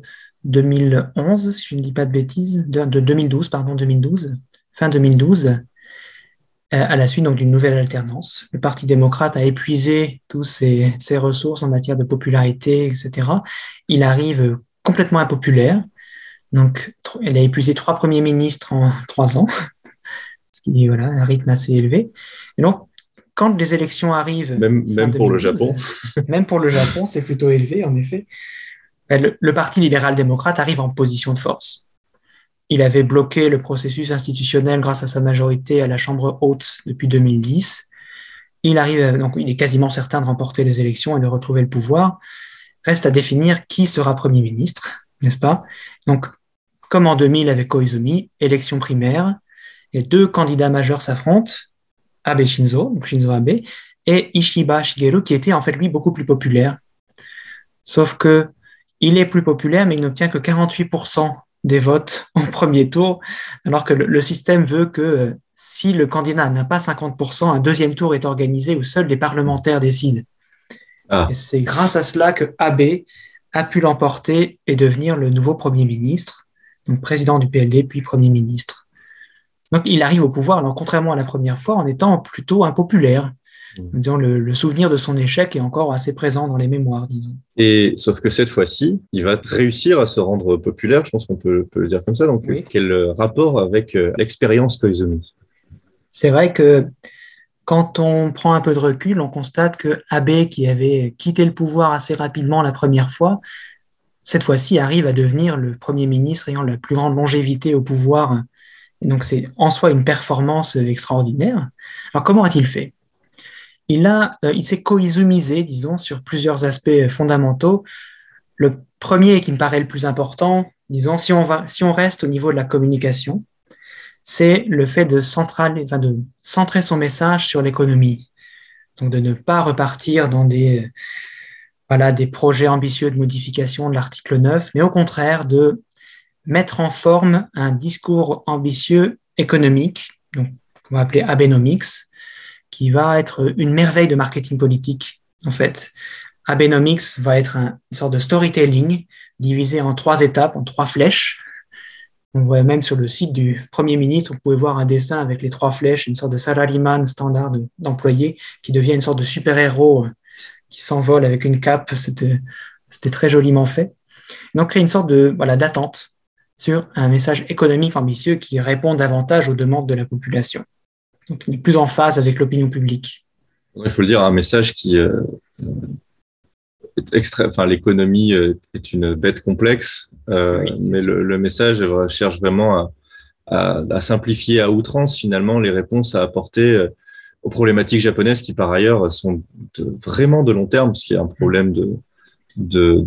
2011, si je ne dis pas de bêtises, de 2012, fin 2012. à la suite donc d'une nouvelle alternance. Le Parti démocrate a épuisé tous ses ressources en matière de popularité, etc. Il arrive complètement impopulaire. Donc, elle a épuisé 3 premiers ministres en 3 ans, ce qui est voilà, un rythme assez élevé. Et donc, quand les élections arrivent, même pour 2012, le Japon, même pour le Japon, c'est plutôt élevé, en effet. Le Parti libéral-démocrate arrive en position de force. Il avait bloqué le processus institutionnel grâce à sa majorité à la Chambre haute depuis 2010. Il arrive, donc il est quasiment certain de remporter les élections et de retrouver le pouvoir. Reste à définir qui sera Premier ministre, n'est-ce pas? Donc, comme en 2000 avec Koizumi, élection primaire, et 2 candidats majeurs s'affrontent, Abe Shinzo, donc Shinzo Abe, et Ishiba Shigeru, qui était en fait lui beaucoup plus populaire. Sauf que il est plus populaire, mais il n'obtient que 48% des votes au premier tour, alors que le système veut que si le candidat n'a pas 50%, un deuxième tour est organisé où seuls les parlementaires décident. Et c'est grâce à cela que Abe a pu l'emporter et devenir le nouveau Premier ministre, donc président du PLD, puis Premier ministre. Donc il arrive au pouvoir, alors contrairement à la première fois, en étant plutôt impopulaire. Disons, le souvenir de son échec est encore assez présent dans les mémoires, disons. Et sauf que cette fois-ci, il va réussir à se rendre populaire, je pense qu'on peut le dire comme ça. Donc, oui. Quel rapport avec l'expérience Koizumi? C'est vrai que quand on prend un peu de recul, on constate que Abe, qui avait quitté le pouvoir assez rapidement la première fois, cette fois-ci arrive à devenir le Premier ministre ayant la plus grande longévité au pouvoir. Et donc c'est en soi une performance extraordinaire. Alors comment a-t-il fait? Il s'est koizumisé, disons, sur plusieurs aspects fondamentaux. Le premier qui me paraît le plus important, disons, si on reste au niveau de la communication, c'est le fait de centrer son message sur l'économie. Donc de ne pas repartir dans des projets ambitieux de modification de l'article 9, mais au contraire de mettre en forme un discours ambitieux économique, donc qu'on va appeler Abenomics, qui va être une merveille de marketing politique, en fait. Abenomics va être une sorte de storytelling divisé en 3 étapes, en 3 flèches. On voit même sur le site du Premier ministre, vous pouvez voir un dessin avec les 3 flèches, une sorte de salaryman standard d'employé qui devient une sorte de super-héros qui s'envole avec une cape. C'était très joliment fait. Donc, créer une sorte d'attente sur un message économique ambitieux qui répond davantage aux demandes de la population. Donc, il est plus en phase avec l'opinion publique. Il faut le dire, un message qui est extrait. Enfin, l'économie est une bête complexe, oui, mais le message cherche vraiment à simplifier à outrance finalement les réponses à apporter aux problématiques japonaises qui par ailleurs sont vraiment de long terme, parce qu'il y a un problème de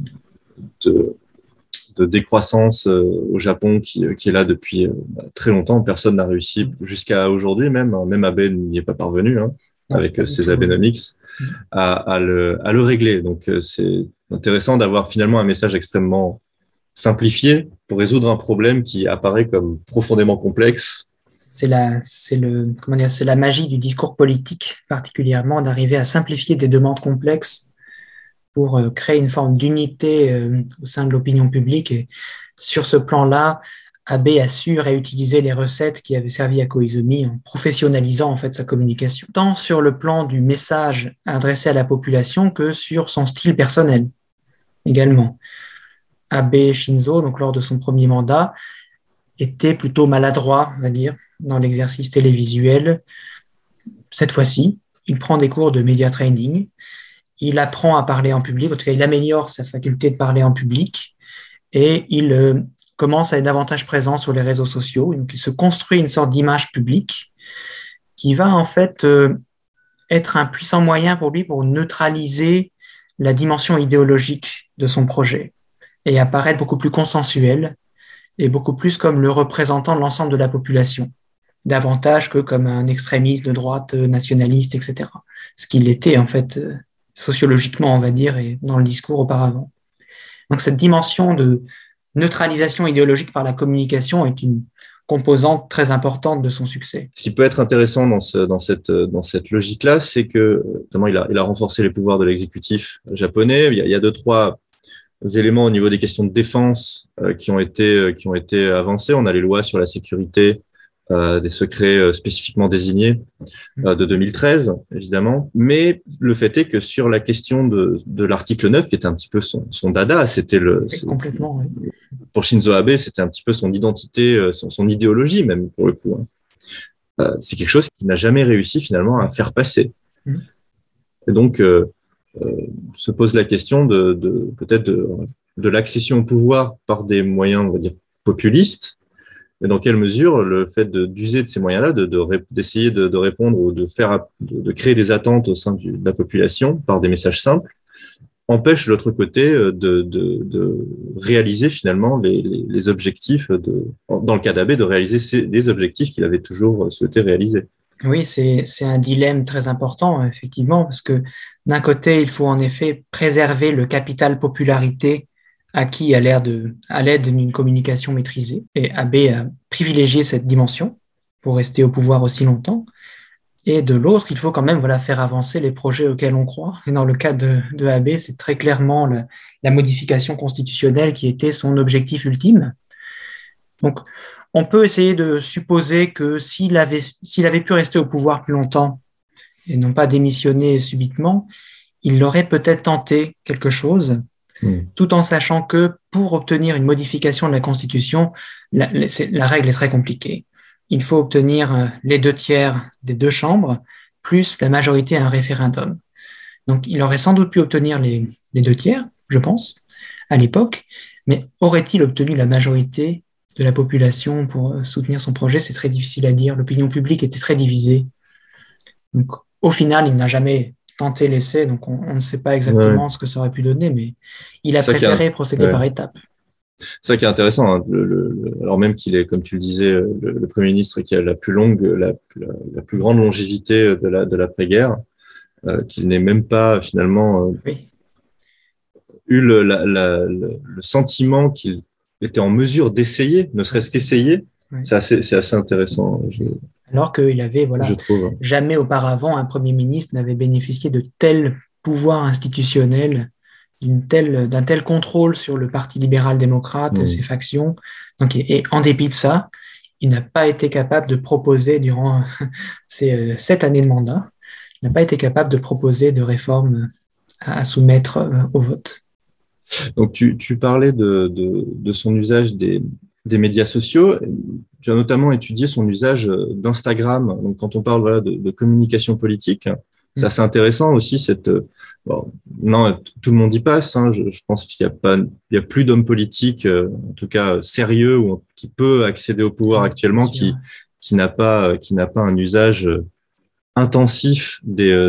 décroissance au Japon qui est là depuis très longtemps. Personne n'a réussi jusqu'à aujourd'hui même Abe n'y est pas parvenu avec ses Abenomics à le régler. Donc c'est intéressant d'avoir finalement un message extrêmement simplifié pour résoudre un problème qui apparaît comme profondément complexe. C'est la magie du discours politique, particulièrement d'arriver à simplifier des demandes complexes pour créer une forme d'unité au sein de l'opinion publique. Et sur ce plan-là, Abe a su réutiliser les recettes qui avaient servi à Koizumi en professionnalisant en fait sa communication, tant sur le plan du message adressé à la population que sur son style personnel également. Abe Shinzo, donc lors de son premier mandat, était plutôt maladroit, on va dire, dans l'exercice télévisuel. Cette fois-ci, il prend des cours de media training. Il apprend à parler en public, en tout cas, il améliore sa faculté de parler en public et il commence à être davantage présent sur les réseaux sociaux. Donc, il se construit une sorte d'image publique qui va en fait être un puissant moyen pour lui pour neutraliser la dimension idéologique de son projet et apparaître beaucoup plus consensuel et beaucoup plus comme le représentant de l'ensemble de la population, davantage que comme un extrémiste de droite nationaliste, etc. Ce qu'il était en fait sociologiquement, on va dire, et dans le discours auparavant. Donc cette dimension de neutralisation idéologique par la communication est une composante très importante de son succès. Ce qui peut être intéressant dans cette logique-là, c'est que notamment il a renforcé les pouvoirs de l'exécutif japonais. Il y a 2-3 éléments au niveau des questions de défense qui ont été avancés. On a les lois sur la sécurité des secrets spécifiquement désignés de 2013, évidemment. Mais le fait est que sur la question de l'article 9, qui était un petit peu son dada, complètement, oui. Pour Shinzo Abe, c'était un petit peu son identité, son idéologie même, pour le coup. C'est quelque chose qu'il n'a jamais réussi finalement à faire passer. Et donc, se pose la question peut-être de l'accession au pouvoir par des moyens, on va dire, populistes. Et dans quelle mesure le fait d'user de ces moyens-là, d'essayer de répondre ou de créer des attentes au sein de la population par des messages simples, empêche de l'autre côté de réaliser finalement les objectifs dans le cas d'Abe, de réaliser les objectifs qu'il avait toujours souhaité réaliser. Oui, c'est un dilemme très important, effectivement, parce que d'un côté, il faut en effet préserver le capital popularité acquis à l'aide d'une communication maîtrisée. Et Abe a privilégié cette dimension pour rester au pouvoir aussi longtemps. Et de l'autre, il faut quand même faire avancer les projets auxquels on croit. Et dans le cas de Abe, c'est très clairement la modification constitutionnelle qui était son objectif ultime. Donc, on peut essayer de supposer que s'il avait pu rester au pouvoir plus longtemps et non pas démissionner subitement, il aurait peut-être tenté quelque chose, tout en sachant que pour obtenir une modification de la Constitution, la règle est très compliquée. Il faut obtenir les 2/3 des deux chambres, plus la majorité à un référendum. Donc, il aurait sans doute pu obtenir les 2/3, je pense, à l'époque, mais aurait-il obtenu la majorité de la population pour soutenir son projet? C'est très difficile à dire. L'opinion publique était très divisée. Donc, au final, il n'a jamais tenté l'essai, donc on ne sait pas exactement ce que ça aurait pu donner, mais il a préféré procéder par étapes. C'est ça qui est intéressant, hein. Alors même qu'il est, comme tu le disais, le Premier ministre qui a la plus grande longévité de l'après-guerre, qu'il n'ait même pas finalement eu le sentiment qu'il était en mesure d'essayer, ne serait-ce qu'essayer. C'est assez intéressant. Alors qu'il avait, je trouve. Jamais auparavant, un Premier ministre n'avait bénéficié de tel pouvoir institutionnel, d'un tel contrôle sur le Parti libéral-démocrate, ses factions. Donc, et en dépit de ça, il n'a pas été capable de proposer, durant ces 7 années de mandat, il n'a pas été capable de proposer de réformes à soumettre au vote. Donc, tu parlais de son usage des médias sociaux. Tu as notamment étudié son usage d'Instagram. Donc, quand on parle de communication politique, c'est assez intéressant aussi. Non, tout le monde y passe. Hein. Je pense qu'il y a plus d'hommes politiques, en tout cas sérieux, ou qui peut accéder au pouvoir actuellement, qui n'a pas un usage intensif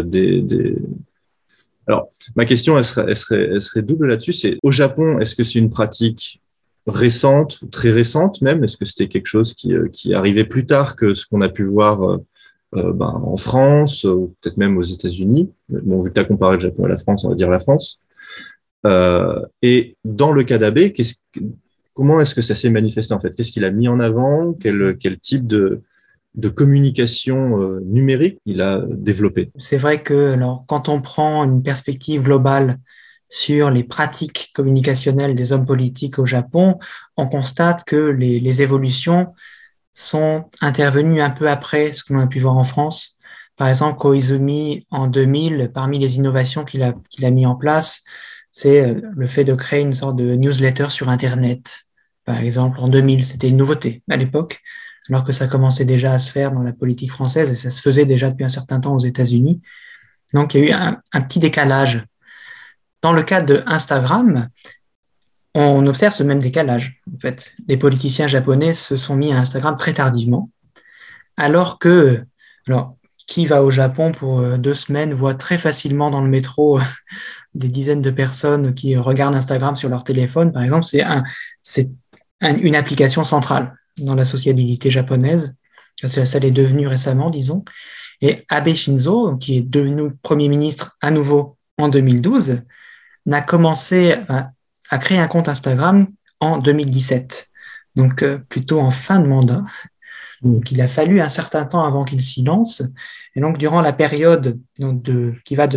Alors, ma question, elle serait double là-dessus. C'est au Japon, est-ce que c'est une pratique récente, très récente même? Est-ce que c'était quelque chose qui arrivait plus tard que ce qu'on a pu voir en France, ou peut-être même aux États-Unis? Bon, vu que tu as comparé le Japon et la France, on va dire la France. Et dans le cas d'Abe, comment est-ce que ça s'est manifesté en fait? Qu'est-ce qu'il a mis en avant? Quel type de communication numérique il a développé? C'est vrai que quand on prend une perspective globale sur les pratiques communicationnelles des hommes politiques au Japon, on constate que les évolutions sont intervenues un peu après ce que l'on a pu voir en France. Par exemple, Koizumi, en 2000, parmi les innovations qu'il a mis en place, c'est le fait de créer une sorte de newsletter sur Internet. Par exemple, en 2000, c'était une nouveauté à l'époque, alors que ça commençait déjà à se faire dans la politique française et ça se faisait déjà depuis un certain temps aux États-Unis. Donc, il y a eu un petit décalage. Dans le cas de Instagram, on observe ce même décalage. En fait, les politiciens japonais se sont mis à Instagram très tardivement, alors qui va au Japon pour 2 semaines voit très facilement dans le métro des dizaines de personnes qui regardent Instagram sur leur téléphone, par exemple. C'est une application centrale dans la sociabilité japonaise. Ça l'est devenu récemment, disons. Et Abe Shinzo, qui est devenu Premier ministre à nouveau en 2012, n'a commencé à créer un compte Instagram en 2017, donc plutôt en fin de mandat. Donc, il a fallu un certain temps avant qu'il s'y lance. Et donc, durant la période qui va de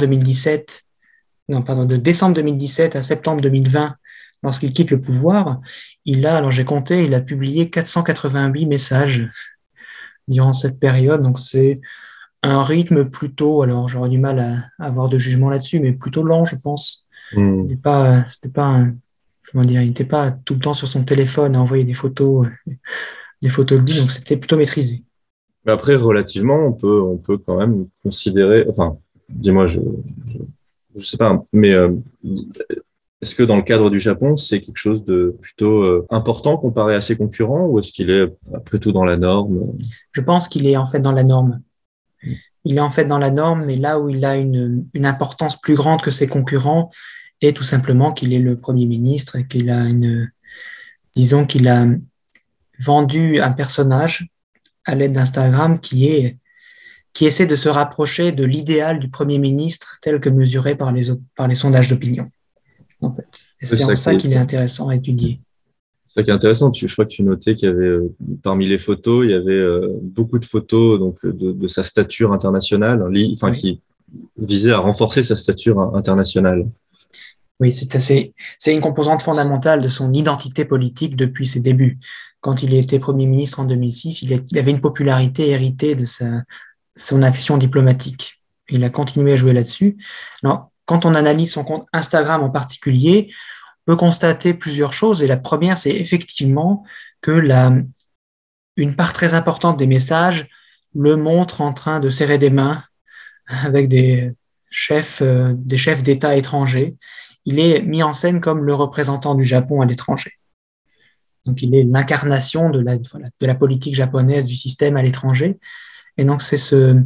de décembre 2017 à septembre 2020, lorsqu'il quitte le pouvoir, j'ai compté, il a publié 488 messages durant cette période. Donc, c'est un rythme plutôt, alors j'aurais du mal à avoir de jugement là-dessus, mais plutôt lent, je pense. C'était pas comment dire, il n'était pas tout le temps sur son téléphone à envoyer des photos de lui, donc c'était plutôt maîtrisé. Mais après, relativement, on peut quand même considérer, enfin, dis-moi, je sais pas, mais est-ce que dans le cadre du Japon, c'est quelque chose de plutôt important comparé à ses concurrents, ou est-ce qu'il est plutôt dans la norme? Je pense qu'il est en fait dans la norme. Il est en fait dans la norme, mais là où il a une importance plus grande que ses concurrents est tout simplement qu'il est le Premier ministre et disons qu'il a vendu un personnage à l'aide d'Instagram qui essaie de se rapprocher de l'idéal du Premier ministre tel que mesuré par les sondages d'opinion. En fait. Et c'est en ça qu'il est intéressant à étudier. C'est ça qui est intéressant. Je crois que tu notais qu'il y avait, parmi les photos, il y avait beaucoup de photos donc, de sa stature internationale, enfin, qui visait à renforcer sa stature internationale. Oui, c'est une composante fondamentale de son identité politique depuis ses débuts. Quand il était Premier ministre en 2006, il avait une popularité héritée de son action diplomatique. Il a continué à jouer là-dessus. Alors, quand on analyse son compte Instagram en particulier, on peut constater plusieurs choses. Et la première, c'est effectivement que une part très importante des messages le montre en train de serrer des mains avec des chefs d'État étrangers. Il est mis en scène comme le représentant du Japon à l'étranger. Donc, il est l'incarnation de la politique japonaise, du système à l'étranger. Et donc, c'est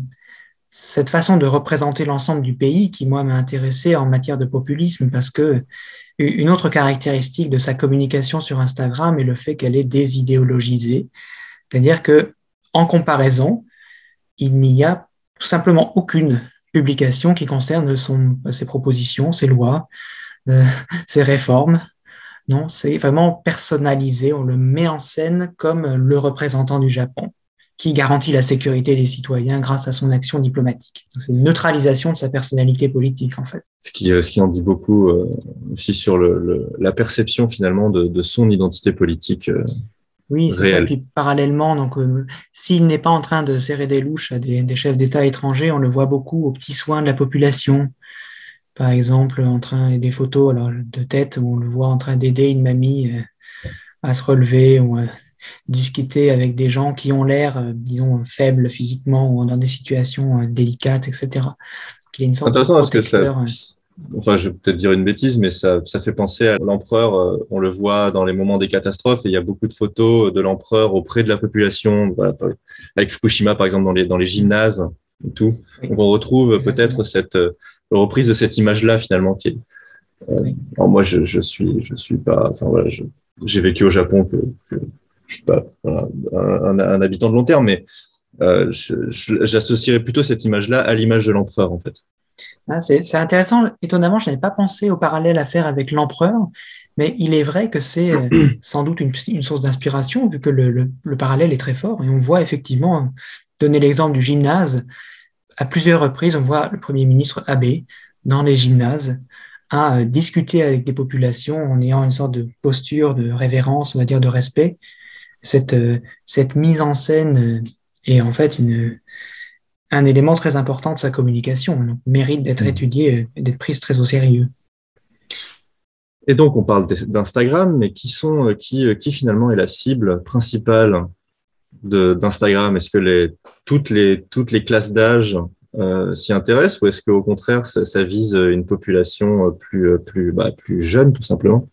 cette façon de représenter l'ensemble du pays qui, moi, m'a intéressé en matière de populisme parce que une autre caractéristique de sa communication sur Instagram est le fait qu'elle est désidéologisée. C'est-à-dire que, en comparaison, il n'y a tout simplement aucune publication qui concerne ses propositions, ses lois, ses réformes. Non, c'est vraiment personnalisé. On le met en scène comme le représentant du Japon, qui garantit la sécurité des citoyens grâce à son action diplomatique. C'est une neutralisation de sa personnalité politique, en fait. Ce qui en dit beaucoup aussi sur la perception, finalement, de son identité politique oui, c'est réelle. Ça. Et puis, parallèlement, donc, s'il n'est pas en train de serrer des louches à des chefs d'État étrangers, on le voit beaucoup aux petits soins de la population. Par exemple, des photos de tête où on le voit en train d'aider une mamie à se relever ou à discuter avec des gens qui ont l'air, disons, faibles physiquement ou dans des situations délicates, etc. Donc, il y a une sorte de protecteur. Enfin, je vais peut-être dire une bêtise, mais ça fait penser à l'empereur. On le voit dans les moments des catastrophes et il y a beaucoup de photos de l'empereur auprès de la population, voilà, avec Fukushima, par exemple, dans les gymnases et tout. Oui. Donc, on retrouve peut-être cette reprise de cette image-là, finalement, qui est, oui. Alors moi, je suis pas, enfin voilà, j'ai vécu au Japon que je suis pas un habitant de long terme, mais j'associerais plutôt cette image-là à l'image de l'empereur, en fait. Ah, c'est intéressant. Étonnamment, je n'avais pas pensé au parallèle à faire avec l'empereur, mais il est vrai que c'est sans doute une source d'inspiration, vu que le parallèle est très fort. Et on voit effectivement, donner l'exemple du gymnase, à plusieurs reprises, on voit le Premier ministre Abe dans les gymnases à discuter avec des populations en ayant une sorte de posture de révérence, on va dire de respect. Cette mise en scène est en fait un élément très important de sa communication, donc mérite d'être étudié et d'être prise très au sérieux. Et donc, on parle d'Instagram, mais qui finalement est la cible principale d'Instagram? Est-ce que toutes les classes d'âge s'y intéressent, ou est-ce qu'au contraire, ça vise une population plus jeune, tout simplement?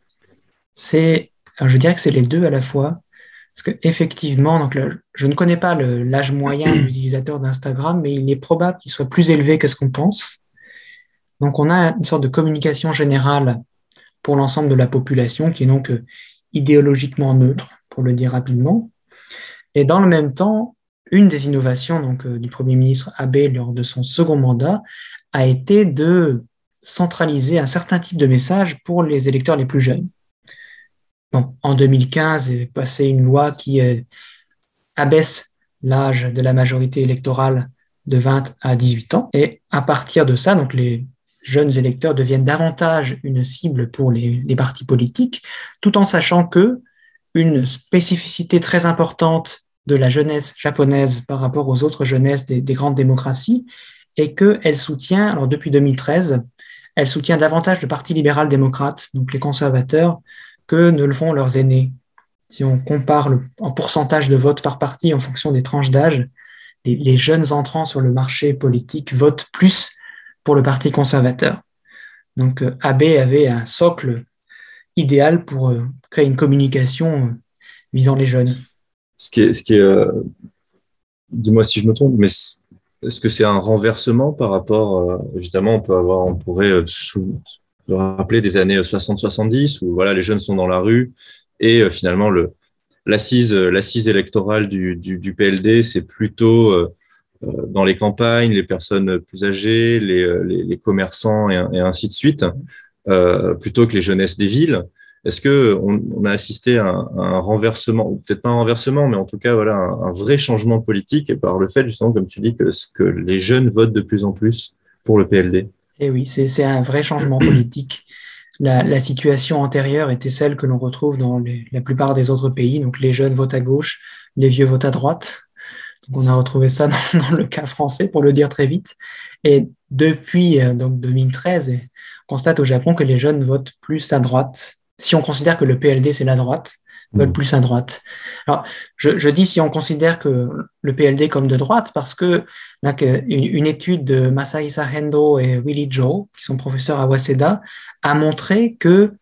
Je dirais que c'est les deux à la fois. Parce qu'effectivement, donc je ne connais pas l'âge moyen de l'utilisateur d'Instagram, mais il est probable qu'il soit plus élevé que ce qu'on pense. Donc, on a une sorte de communication générale pour l'ensemble de la population qui est donc idéologiquement neutre, pour le dire rapidement. Et dans le même temps, une des innovations du Premier ministre Abe lors de son second mandat a été de centraliser un certain type de message pour les électeurs les plus jeunes. Bon, en 2015, est passée une loi qui abaisse l'âge de la majorité électorale de 20 à 18 ans. Et à partir de ça, donc les jeunes électeurs deviennent davantage une cible pour les partis politiques, tout en sachant que une spécificité très importante de la jeunesse japonaise par rapport aux autres jeunesses des grandes démocraties est qu'elle soutient, alors depuis 2013, elle soutient davantage le Parti libéral-démocrate, donc les conservateurs, que ne le font leurs aînés. Si on compare en pourcentage de vote par parti en fonction des tranches d'âge, les jeunes entrants sur le marché politique votent plus pour le Parti conservateur. Donc Abe avait un socle idéal pour créer une communication visant les jeunes. Dis-moi si je me trompe, mais est-ce que c'est un renversement par rapport, évidemment, on pourrait se rappeler des années 60-70 où voilà, les jeunes sont dans la rue et finalement l'assise électorale du PLD, c'est plutôt dans les campagnes, les personnes plus âgées, les commerçants et ainsi de suite, plutôt que les jeunesses des villes. Est-ce que on a assisté à un renversement, ou peut-être pas un renversement, mais en tout cas voilà un vrai changement politique par le fait justement, comme tu dis, que les jeunes votent de plus en plus pour le PLD? Et oui, c'est un vrai changement politique. La situation antérieure était celle que l'on retrouve dans la plupart des autres pays. Donc les jeunes votent à gauche, les vieux votent à droite. Donc on a retrouvé ça dans le cas français, pour le dire très vite. Et depuis donc 2013, on constate au Japon que les jeunes votent plus à droite. Si on considère que le PLD, c'est la droite, votent plus à droite. Alors, je dis si on considère que le PLD comme de droite, parce que là, une étude de Masahisa Hendo et Willie Joe, qui sont professeurs à Waseda, a montré que,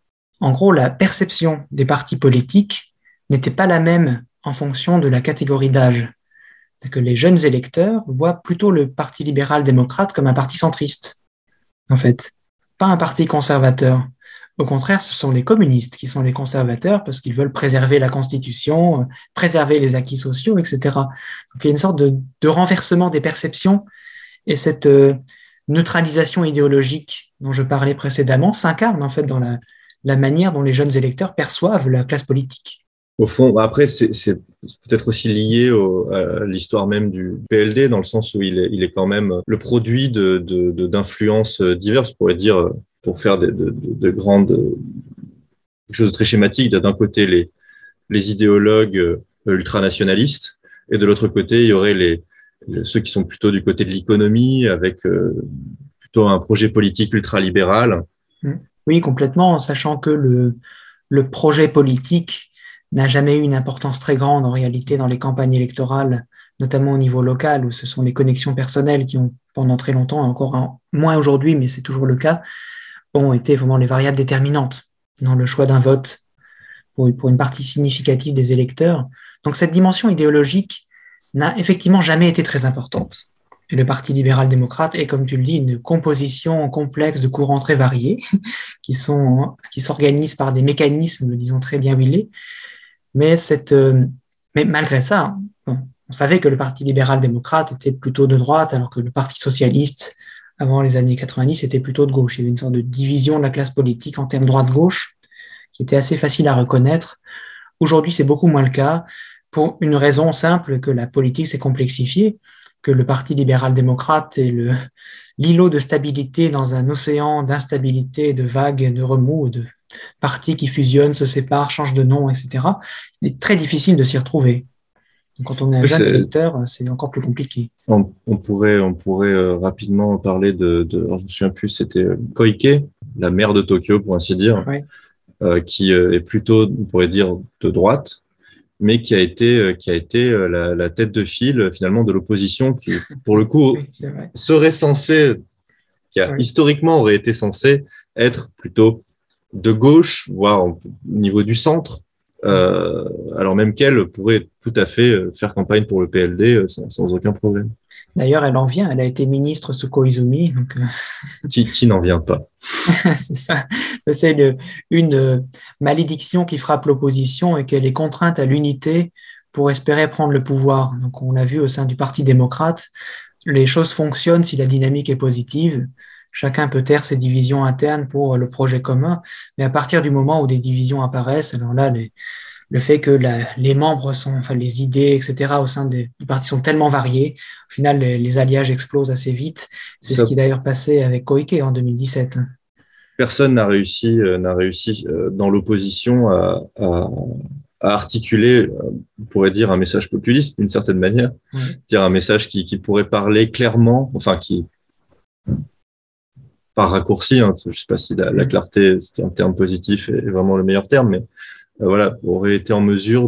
en gros, la perception des partis politiques n'était pas la même en fonction de la catégorie d'âge. C'est-à-dire que les jeunes électeurs voient plutôt le Parti libéral-démocrate comme un parti centriste, en fait, pas un parti conservateur. Au contraire, ce sont les communistes qui sont les conservateurs parce qu'ils veulent préserver la Constitution, préserver les acquis sociaux, etc. Donc, il y a une sorte de renversement des perceptions et cette neutralisation idéologique dont je parlais précédemment s'incarne en fait dans la manière dont les jeunes électeurs perçoivent la classe politique. Au fond, après, c'est peut-être aussi lié à l'histoire même du PLD, dans le sens où il est quand même le produit d'influences diverses, on pourrait dire, pour faire de grandes, quelque chose de très schématique. D'un côté, les idéologues ultranationalistes, et de l'autre côté, il y aurait ceux qui sont plutôt du côté de l'économie, avec plutôt un projet politique ultralibéral. Oui, complètement, sachant que le projet politique n'a jamais eu une importance très grande en réalité dans les campagnes électorales, notamment au niveau local, où ce sont les connexions personnelles qui ont, pendant très longtemps, encore moins aujourd'hui, mais c'est toujours le cas, ont été vraiment les variables déterminantes dans le choix d'un vote pour une partie significative des électeurs. Donc cette dimension idéologique n'a effectivement jamais été très importante. Et le Parti libéral-démocrate est, comme tu le dis, une composition complexe de courants très variés qui s'organisent par des mécanismes, disons, très bien huilés. Mais malgré ça, on savait que le Parti libéral-démocrate était plutôt de droite, alors que le Parti socialiste, avant les années 90, était plutôt de gauche. Il y avait une sorte de division de la classe politique en termes droite-gauche, qui était assez facile à reconnaître. Aujourd'hui, c'est beaucoup moins le cas, pour une raison simple, que la politique s'est complexifiée, que le Parti libéral-démocrate est l'îlot de stabilité dans un océan d'instabilité, de vagues, de remous, de partis qui fusionnent, se séparent, changent de nom, etc. Il est très difficile de s'y retrouver. Donc, quand on est un jeune électeur, c'est encore plus compliqué. On pourrait rapidement parler alors je me souviens plus, c'était Koike, la maire de Tokyo, pour ainsi dire, ouais. Qui est plutôt, on pourrait dire, de droite, mais qui a été la tête de file finalement de l'opposition, qui, pour le coup, historiquement aurait été censé être plutôt de gauche, voire au niveau du centre, alors même qu'elle pourrait tout à fait faire campagne pour le PLD sans aucun problème. D'ailleurs, elle en vient, elle a été ministre sous Koizumi. Donc qui n'en vient pas. C'est ça. C'est une malédiction qui frappe l'opposition et qu'elle est contrainte à l'unité pour espérer prendre le pouvoir. Donc on l'a vu au sein du Parti démocrate, les choses fonctionnent si la dynamique est positive. Chacun peut taire ses divisions internes pour le projet commun, mais à partir du moment où des divisions apparaissent, alors là, le fait que les membres les idées, etc., au sein du parti sont tellement variées, au final, les alliages explosent assez vite. C'est ce qui est d'ailleurs passé avec Koike en 2017. Personne n'a réussi dans l'opposition à articuler, on pourrait dire un message populiste d'une certaine manière, dire un message qui pourrait parler clairement, enfin qui par raccourci, hein, je sais pas si la clarté, c'est un terme positif est vraiment le meilleur terme, mais voilà, aurait été en mesure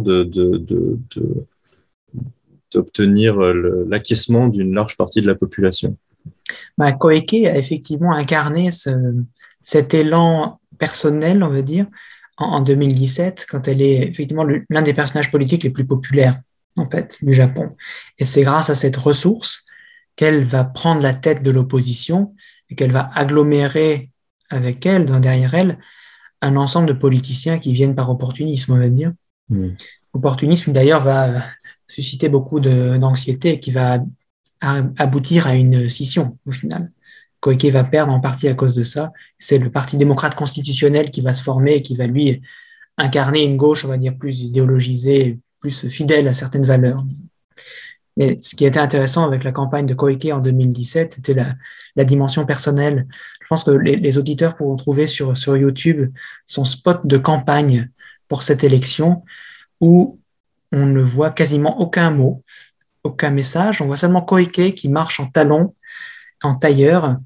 d'obtenir l'acquiescement d'une large partie de la population. Koike a effectivement incarné cet élan personnel, on va dire, en 2017, quand elle est effectivement l'un des personnages politiques les plus populaires, en fait, du Japon. Et c'est grâce à cette ressource qu'elle va prendre la tête de l'opposition et qu'elle va agglomérer avec elle, derrière elle, un ensemble de politiciens qui viennent par opportunisme, on va dire. Opportunisme, d'ailleurs, va susciter beaucoup d'anxiété et qui va aboutir à une scission, au final. Koike va perdre en partie à cause de ça. C'est le Parti démocrate constitutionnel qui va se former et qui va, lui, incarner une gauche, on va dire, plus idéologisée, plus fidèle à certaines valeurs. Et ce qui était intéressant avec la campagne de Koike en 2017, c'était la dimension personnelle. Je pense que les auditeurs pourront trouver sur YouTube son spot de campagne pour cette élection où on ne voit quasiment aucun mot, aucun message. On voit seulement Koike qui marche en talons, en tailleur,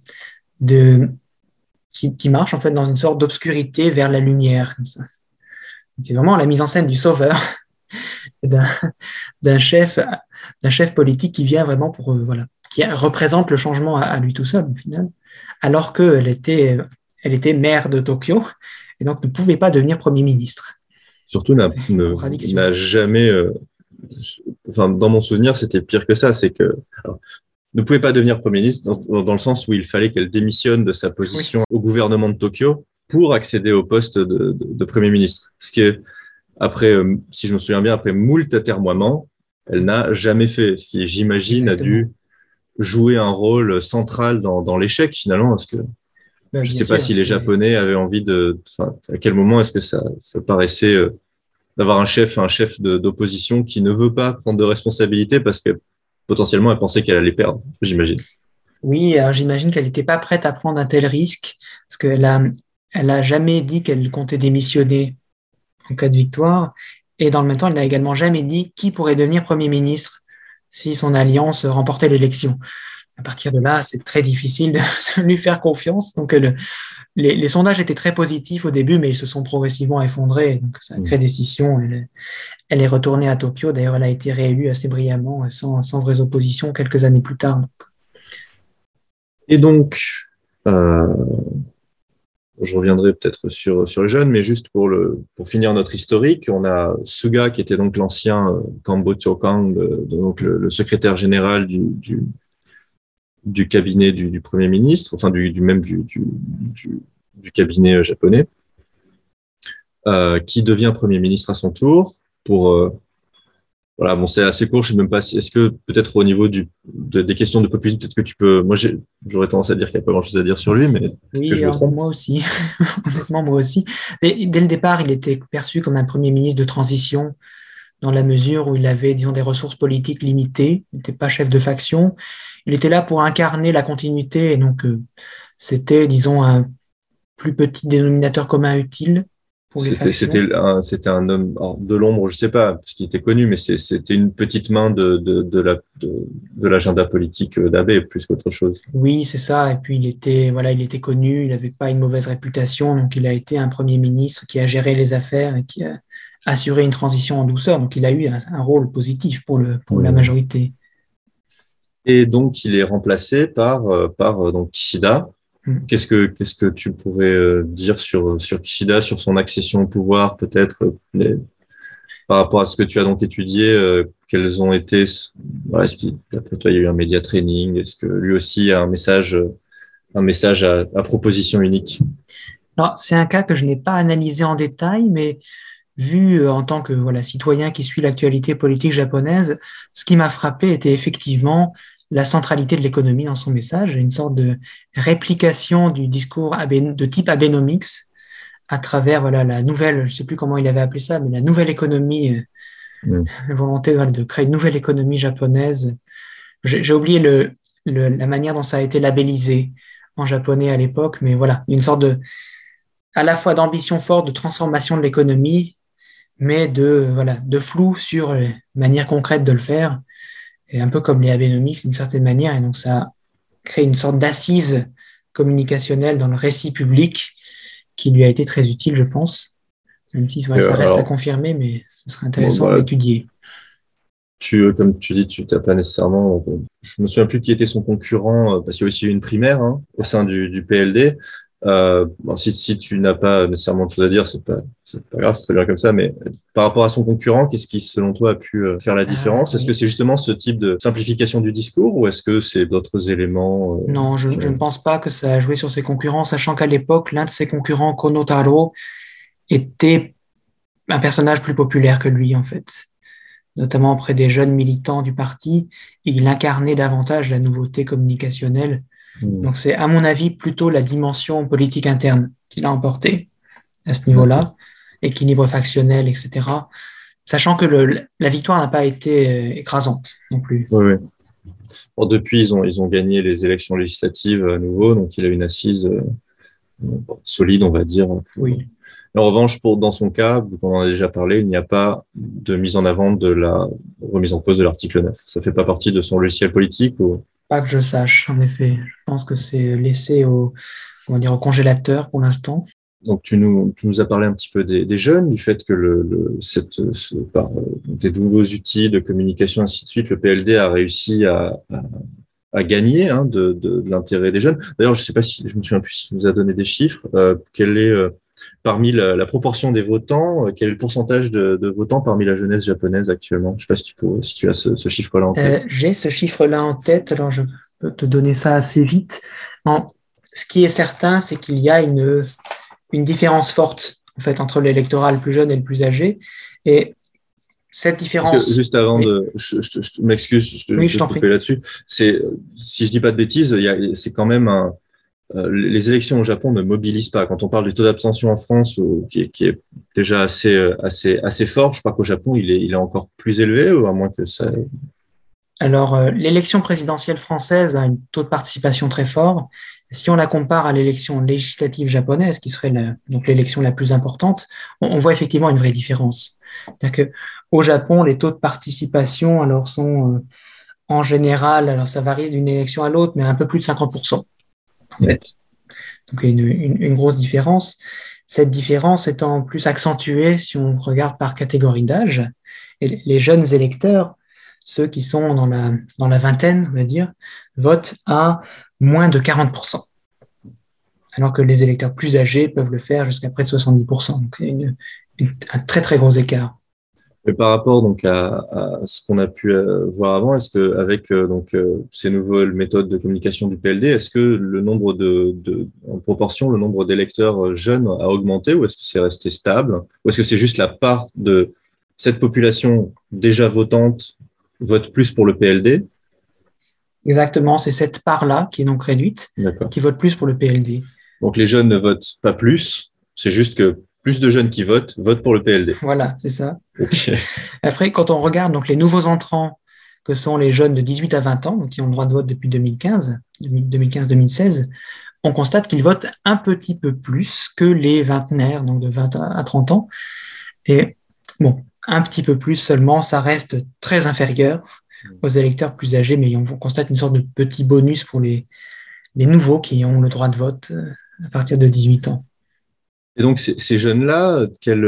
qui marche en fait dans une sorte d'obscurité vers la lumière. Comme ça. C'est vraiment la mise en scène du sauveur d'un chef politique qui vient vraiment pour qui représente le changement à lui tout seul au final, alors qu'elle était maire de Tokyo et donc ne pouvait pas devenir Premier ministre. Surtout n'a jamais, dans mon souvenir, c'était pire que ça, c'est que ne pouvait pas devenir Premier ministre dans le sens où il fallait qu'elle démissionne de sa position au gouvernement de Tokyo pour accéder au poste de Premier ministre. Ce qui est, après, si je me souviens bien, après moult atermoiements, elle n'a jamais fait. Ce qui, j'imagine, a dû jouer un rôle central dans l'échec finalement, parce que je ne sais pas si les Japonais avaient envie à quel moment est-ce que ça paraissait d'avoir un chef d'opposition qui ne veut pas prendre de responsabilité parce que potentiellement elle pensait qu'elle allait perdre, j'imagine. Oui, alors j'imagine qu'elle n'était pas prête à prendre un tel risque parce qu'elle a jamais dit qu'elle comptait démissionner en cas de victoire. Et dans le même temps, elle n'a également jamais dit qui pourrait devenir Premier ministre si son alliance remportait l'élection. À partir de là, c'est très difficile de lui faire confiance. Donc, les sondages étaient très positifs au début, mais ils se sont progressivement effondrés. Donc, ça a créé des scissions. Elle est retournée à Tokyo. D'ailleurs, elle a été réélue assez brillamment, sans vraies oppositions, quelques années plus tard. Et donc, je reviendrai peut-être sur les jeunes, mais juste pour finir notre historique, on a Suga qui était donc l'ancien Kambo Chokang, donc le secrétaire général du cabinet du Premier ministre, enfin du cabinet japonais, qui devient Premier ministre à son tour pour voilà, bon, c'est assez court, je sais même pas si, est-ce que peut-être au niveau des questions de populisme, peut-être que tu peux, moi j'aurais tendance à dire qu'il n'y a pas grand chose à dire sur lui, mais oui, que je me trompe. Moi aussi, honnêtement, moi aussi. Dès le départ, il était perçu comme un Premier ministre de transition, dans la mesure où il avait, disons, des ressources politiques limitées, il n'était pas chef de faction, il était là pour incarner la continuité, et donc c'était, disons, un plus petit dénominateur commun utile. C'était un homme de l'ombre, je sais pas, parce qu'il était connu, mais c'était une petite main de l'agenda politique d'Abe plus qu'autre chose. Oui, c'est ça. Et puis il était connu, il n'avait pas une mauvaise réputation, donc il a été un Premier ministre qui a géré les affaires et qui a assuré une transition en douceur. Donc il a eu un rôle positif pour la majorité. Et donc il est remplacé par donc Kishida. Qu'est-ce que tu pourrais dire sur Kishida, sur son accession au pouvoir, peut-être, par rapport à ce que tu as donc étudié, quels ont été, voilà, est-ce qu'il, d'après toi, il y a eu un média training, est-ce que lui aussi a un message à proposition unique? Alors, c'est un cas que je n'ai pas analysé en détail, mais vu en tant que citoyen qui suit l'actualité politique japonaise, ce qui m'a frappé était effectivement la centralité de l'économie dans son message, une sorte de réplication du discours de type Abenomics à travers la nouvelle, je ne sais plus comment il avait appelé ça, mais la nouvelle économie, la volonté de créer une nouvelle économie japonaise. J'ai oublié la manière dont ça a été labellisé en japonais à l'époque, mais voilà, une sorte à la fois d'ambition forte de transformation de l'économie, mais de flou sur les manières concrètes de le faire, et un peu comme les Abenomics d'une certaine manière. Et donc, ça crée une sorte d'assise communicationnelle dans le récit public qui lui a été très utile, je pense. Même si ça reste à confirmer, mais ce serait intéressant de l'étudier. Comme tu dis, tu n'as pas nécessairement. Je me souviens plus qui était son concurrent, parce qu'il y a aussi eu une primaire au sein du PLD. Si tu n'as pas nécessairement de choses à dire, c'est pas grave, c'est très bien comme ça. Mais par rapport à son concurrent, qu'est-ce qui, selon toi, a pu faire la différence? Est-ce que c'est justement ce type de simplification du discours, ou est-ce que c'est d'autres éléments? Non, je ne pense pas que ça a joué sur ses concurrents, sachant qu'à l'époque, l'un de ses concurrents, Kono Taro, était un personnage plus populaire que lui, en fait, notamment auprès des jeunes militants du parti. Il incarnait davantage la nouveauté communicationnelle. Donc, c'est, à mon avis, plutôt la dimension politique interne qu'il a emporté à ce niveau-là, équilibre factionnel, etc. Sachant que la victoire n'a pas été écrasante non plus. Oui. Bon, depuis, ils ont gagné les élections législatives à nouveau, donc il a une assise solide, on va dire. Oui. En revanche, dans son cas, on en a déjà parlé, il n'y a pas de mise en avant de la remise en cause de l'article 9. Ça fait pas partie de son logiciel politique ou... Pas que je sache, en effet. Je pense que c'est laissé au congélateur pour l'instant. Donc, tu nous as parlé un petit peu des jeunes, du fait que par des nouveaux outils de communication, ainsi de suite, le PLD a réussi à gagner de l'intérêt des jeunes. D'ailleurs, je me souviens plus si tu nous as donné des chiffres. Quel est parmi la proportion des votants, quel est le pourcentage de votants parmi la jeunesse japonaise actuellement? Je ne sais pas si tu as ce chiffre-là en tête. J'ai ce chiffre-là en tête, alors je peux te donner ça assez vite. Ce qui est certain, c'est qu'il y a une différence forte en fait entre l'électorat le plus jeune et le plus âgé. Et cette différence. Parce que juste avant je m'excuse, je t'en prie là-dessus. Si je dis pas de bêtises, c'est quand même les élections au Japon ne mobilisent pas. Quand on parle du taux d'abstention en France, qui est déjà assez fort, je crois qu'au Japon, il est encore plus élevé, ou à moins que ça. Alors, l'élection présidentielle française a un taux de participation très fort. Si on la compare à l'élection législative japonaise, qui serait donc l'élection la plus importante, on voit effectivement une vraie différence. C'est-à-dire qu'au Japon, les taux de participation alors sont en général, alors ça varie d'une élection à l'autre, mais un peu plus de 50%. En fait. Donc, il y a une grosse différence. Cette différence étant plus accentuée si on regarde par catégorie d'âge. Et les jeunes électeurs, ceux qui sont dans la vingtaine, on va dire, votent à moins de 40%. Alors que les électeurs plus âgés peuvent le faire jusqu'à près de 70%. Donc, c'est un très, très gros écart. Mais par rapport donc à ce qu'on a pu voir avant, est-ce que avec ces nouvelles méthodes de communication du PLD, est-ce que le nombre en proportion, le nombre d'électeurs jeunes a augmenté, ou est-ce que c'est resté stable, ou est-ce que c'est juste la part de cette population déjà votante vote plus pour le PLD? Exactement, c'est cette part-là qui est donc réduite, qui vote plus pour le PLD. Donc les jeunes ne votent pas plus, c'est juste que plus de jeunes qui votent pour le PLD. Voilà, c'est ça. Okay. Après, quand on regarde donc les nouveaux entrants, que sont les jeunes de 18 à 20 ans, donc qui ont le droit de vote depuis 2015-2016, on constate qu'ils votent un petit peu plus que les vingtenaires, donc de 20 à 30 ans. Et bon, un petit peu plus seulement, ça reste très inférieur aux électeurs plus âgés, mais on constate une sorte de petit bonus pour les nouveaux qui ont le droit de vote à partir de 18 ans. Et donc, ces jeunes-là,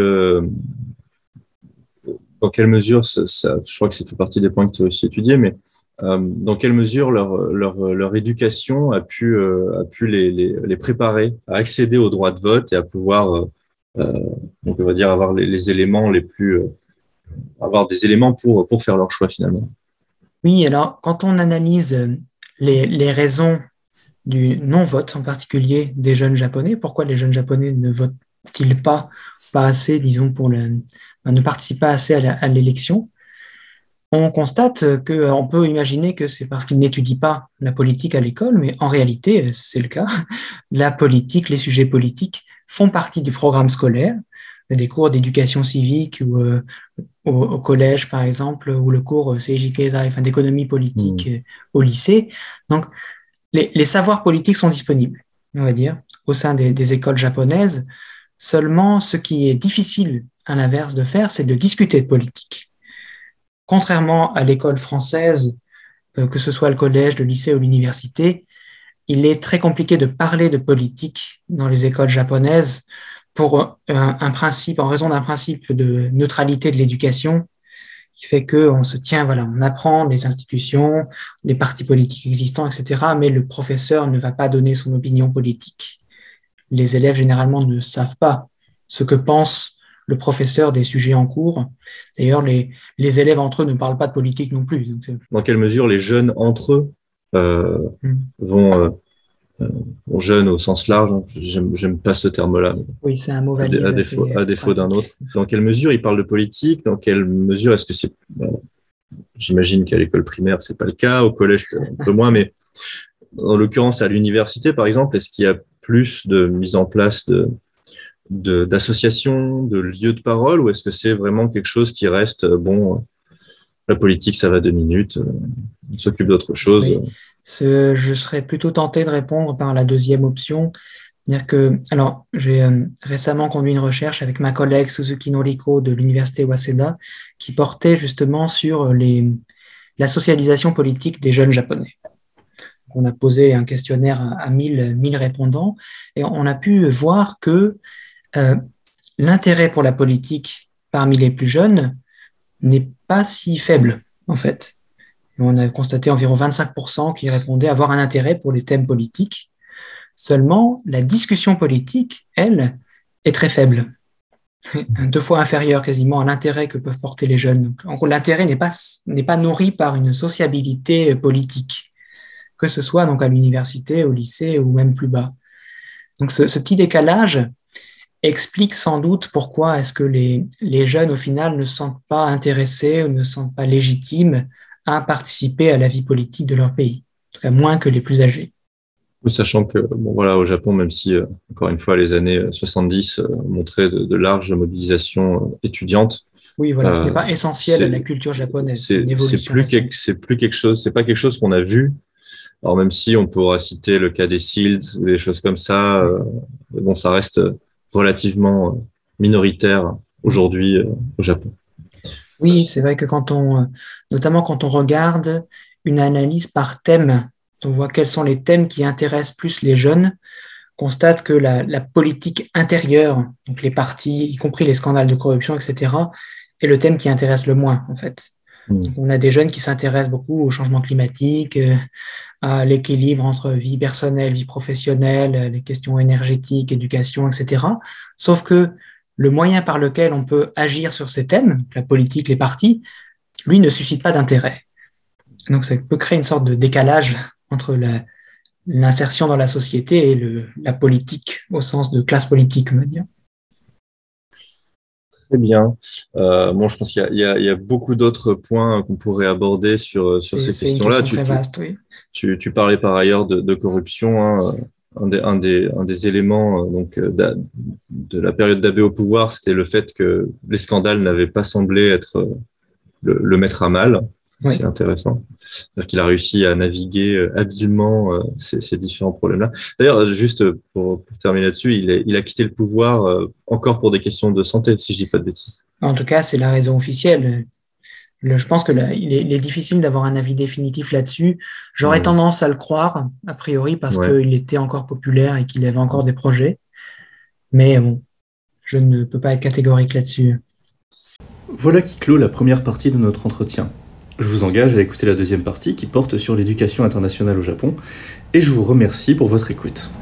dans quelle mesure, je crois que ça fait partie des points que tu as aussi étudiés, mais dans quelle mesure leur éducation a pu les préparer à accéder au droit de vote et à pouvoir, donc on va dire, avoir les éléments avoir des éléments pour faire leur choix finalement? Oui, alors quand on analyse les raisons du non-vote, en particulier des jeunes japonais, pourquoi les jeunes japonais ne votent-ils pas assez, disons, ne participent pas assez à l'élection, on constate qu'on peut imaginer que c'est parce qu'ils n'étudient pas la politique à l'école, mais en réalité, c'est le cas. La politique, les sujets politiques font partie du programme scolaire, des cours d'éducation civique ou au collège, par exemple, ou le cours Seiji Keizai, d'économie politique au lycée. Donc, les savoirs politiques sont disponibles, on va dire, au sein des écoles japonaises. Seulement, ce qui est difficile à l'inverse de faire, c'est de discuter de politique. Contrairement à l'école française, que ce soit le collège, le lycée ou l'université, il est très compliqué de parler de politique dans les écoles japonaises pour un principe, en raison d'un principe de neutralité de l'éducation, qui fait qu'on se tient, voilà, on apprend les institutions, les partis politiques existants, etc., mais le professeur ne va pas donner son opinion politique. Les élèves, généralement, ne savent pas ce que pense le professeur des sujets en cours. D'ailleurs, les élèves entre eux ne parlent pas de politique non plus. Donc, dans quelle mesure les jeunes entre eux vont jeunes au sens large, hein, j'aime pas ce terme-là. Oui, c'est un mot valise à défaut d'un autre. Dans quelle mesure ils parlent de politique? Dans quelle mesure est-ce que c'est... j'imagine qu'à l'école primaire, c'est pas le cas, au collège, un peu moins, mais en l'occurrence, à l'université, par exemple, est-ce qu'il y a plus de mise en place d'associations, de lieux de parole, ou est-ce que c'est vraiment quelque chose qui reste, la politique, ça va 2 minutes, on s'occupe d'autre chose. Oui. Je serais plutôt tenté de répondre par la deuxième option. C'est-à-dire que, alors, j'ai récemment conduit une recherche avec ma collègue Suzuki Noriko de l'université Waseda qui portait justement sur la socialisation politique des jeunes japonais. On a posé un questionnaire à 1000 répondants et on a pu voir que l'intérêt pour la politique parmi les plus jeunes n'est pas si faible, en fait. On a constaté environ 25% qui répondaient avoir un intérêt pour les thèmes politiques. Seulement, la discussion politique, elle, est très faible. 2 fois inférieure quasiment à l'intérêt que peuvent porter les jeunes. Donc, l'intérêt n'est pas nourri par une sociabilité politique, que ce soit donc à l'université, au lycée ou même plus bas. Donc, ce petit décalage explique sans doute pourquoi est-ce que les jeunes, au final, ne se sentent pas intéressés ou ne se sentent pas légitimes à participer à la vie politique de leur pays, en tout cas moins que les plus âgés. Sachant que, au Japon, même si, encore une fois, les années 70 montraient de larges mobilisations étudiantes. Oui, voilà, ce n'est pas essentiel à la culture japonaise. C'est plus quelque chose, c'est pas quelque chose qu'on a vu. Alors, même si on pourra citer le cas des SEALs ou des choses comme ça, ça reste relativement minoritaire aujourd'hui au Japon. Oui, c'est vrai que notamment quand on regarde une analyse par thème, on voit quels sont les thèmes qui intéressent plus les jeunes, constate que la politique intérieure, donc les partis, y compris les scandales de corruption, etc., est le thème qui intéresse le moins, en fait. Donc, on a des jeunes qui s'intéressent beaucoup au changement climatique, à l'équilibre entre vie personnelle, vie professionnelle, les questions énergétiques, éducation, etc. Sauf que le moyen par lequel on peut agir sur ces thèmes, la politique, les partis, lui ne suscite pas d'intérêt. Donc ça peut créer une sorte de décalage entre l'insertion dans la société et la politique, au sens de classe politique, on va dire. Très bien. Je pense qu'il y a beaucoup d'autres points qu'on pourrait aborder sur ces questions-là. C'est une question très vaste, oui. Tu parlais par ailleurs de corruption, hein. Un des éléments de la période d'Abe au pouvoir, c'était le fait que les scandales n'avaient pas semblé être le mettre à mal. Oui. C'est intéressant. C'est-à-dire qu'il a réussi à naviguer habilement ces différents problèmes-là. D'ailleurs, juste pour terminer là-dessus, il a quitté le pouvoir encore pour des questions de santé, si je dis pas de bêtises. En tout cas, c'est la raison officielle. Je pense que il est difficile d'avoir un avis définitif là-dessus. J'aurais tendance à le croire, a priori, parce qu'il était encore populaire et qu'il avait encore des projets. Mais bon, je ne peux pas être catégorique là-dessus. Voilà qui clôt la première partie de notre entretien. Je vous engage à écouter la deuxième partie qui porte sur l'éducation internationale au Japon et je vous remercie pour votre écoute.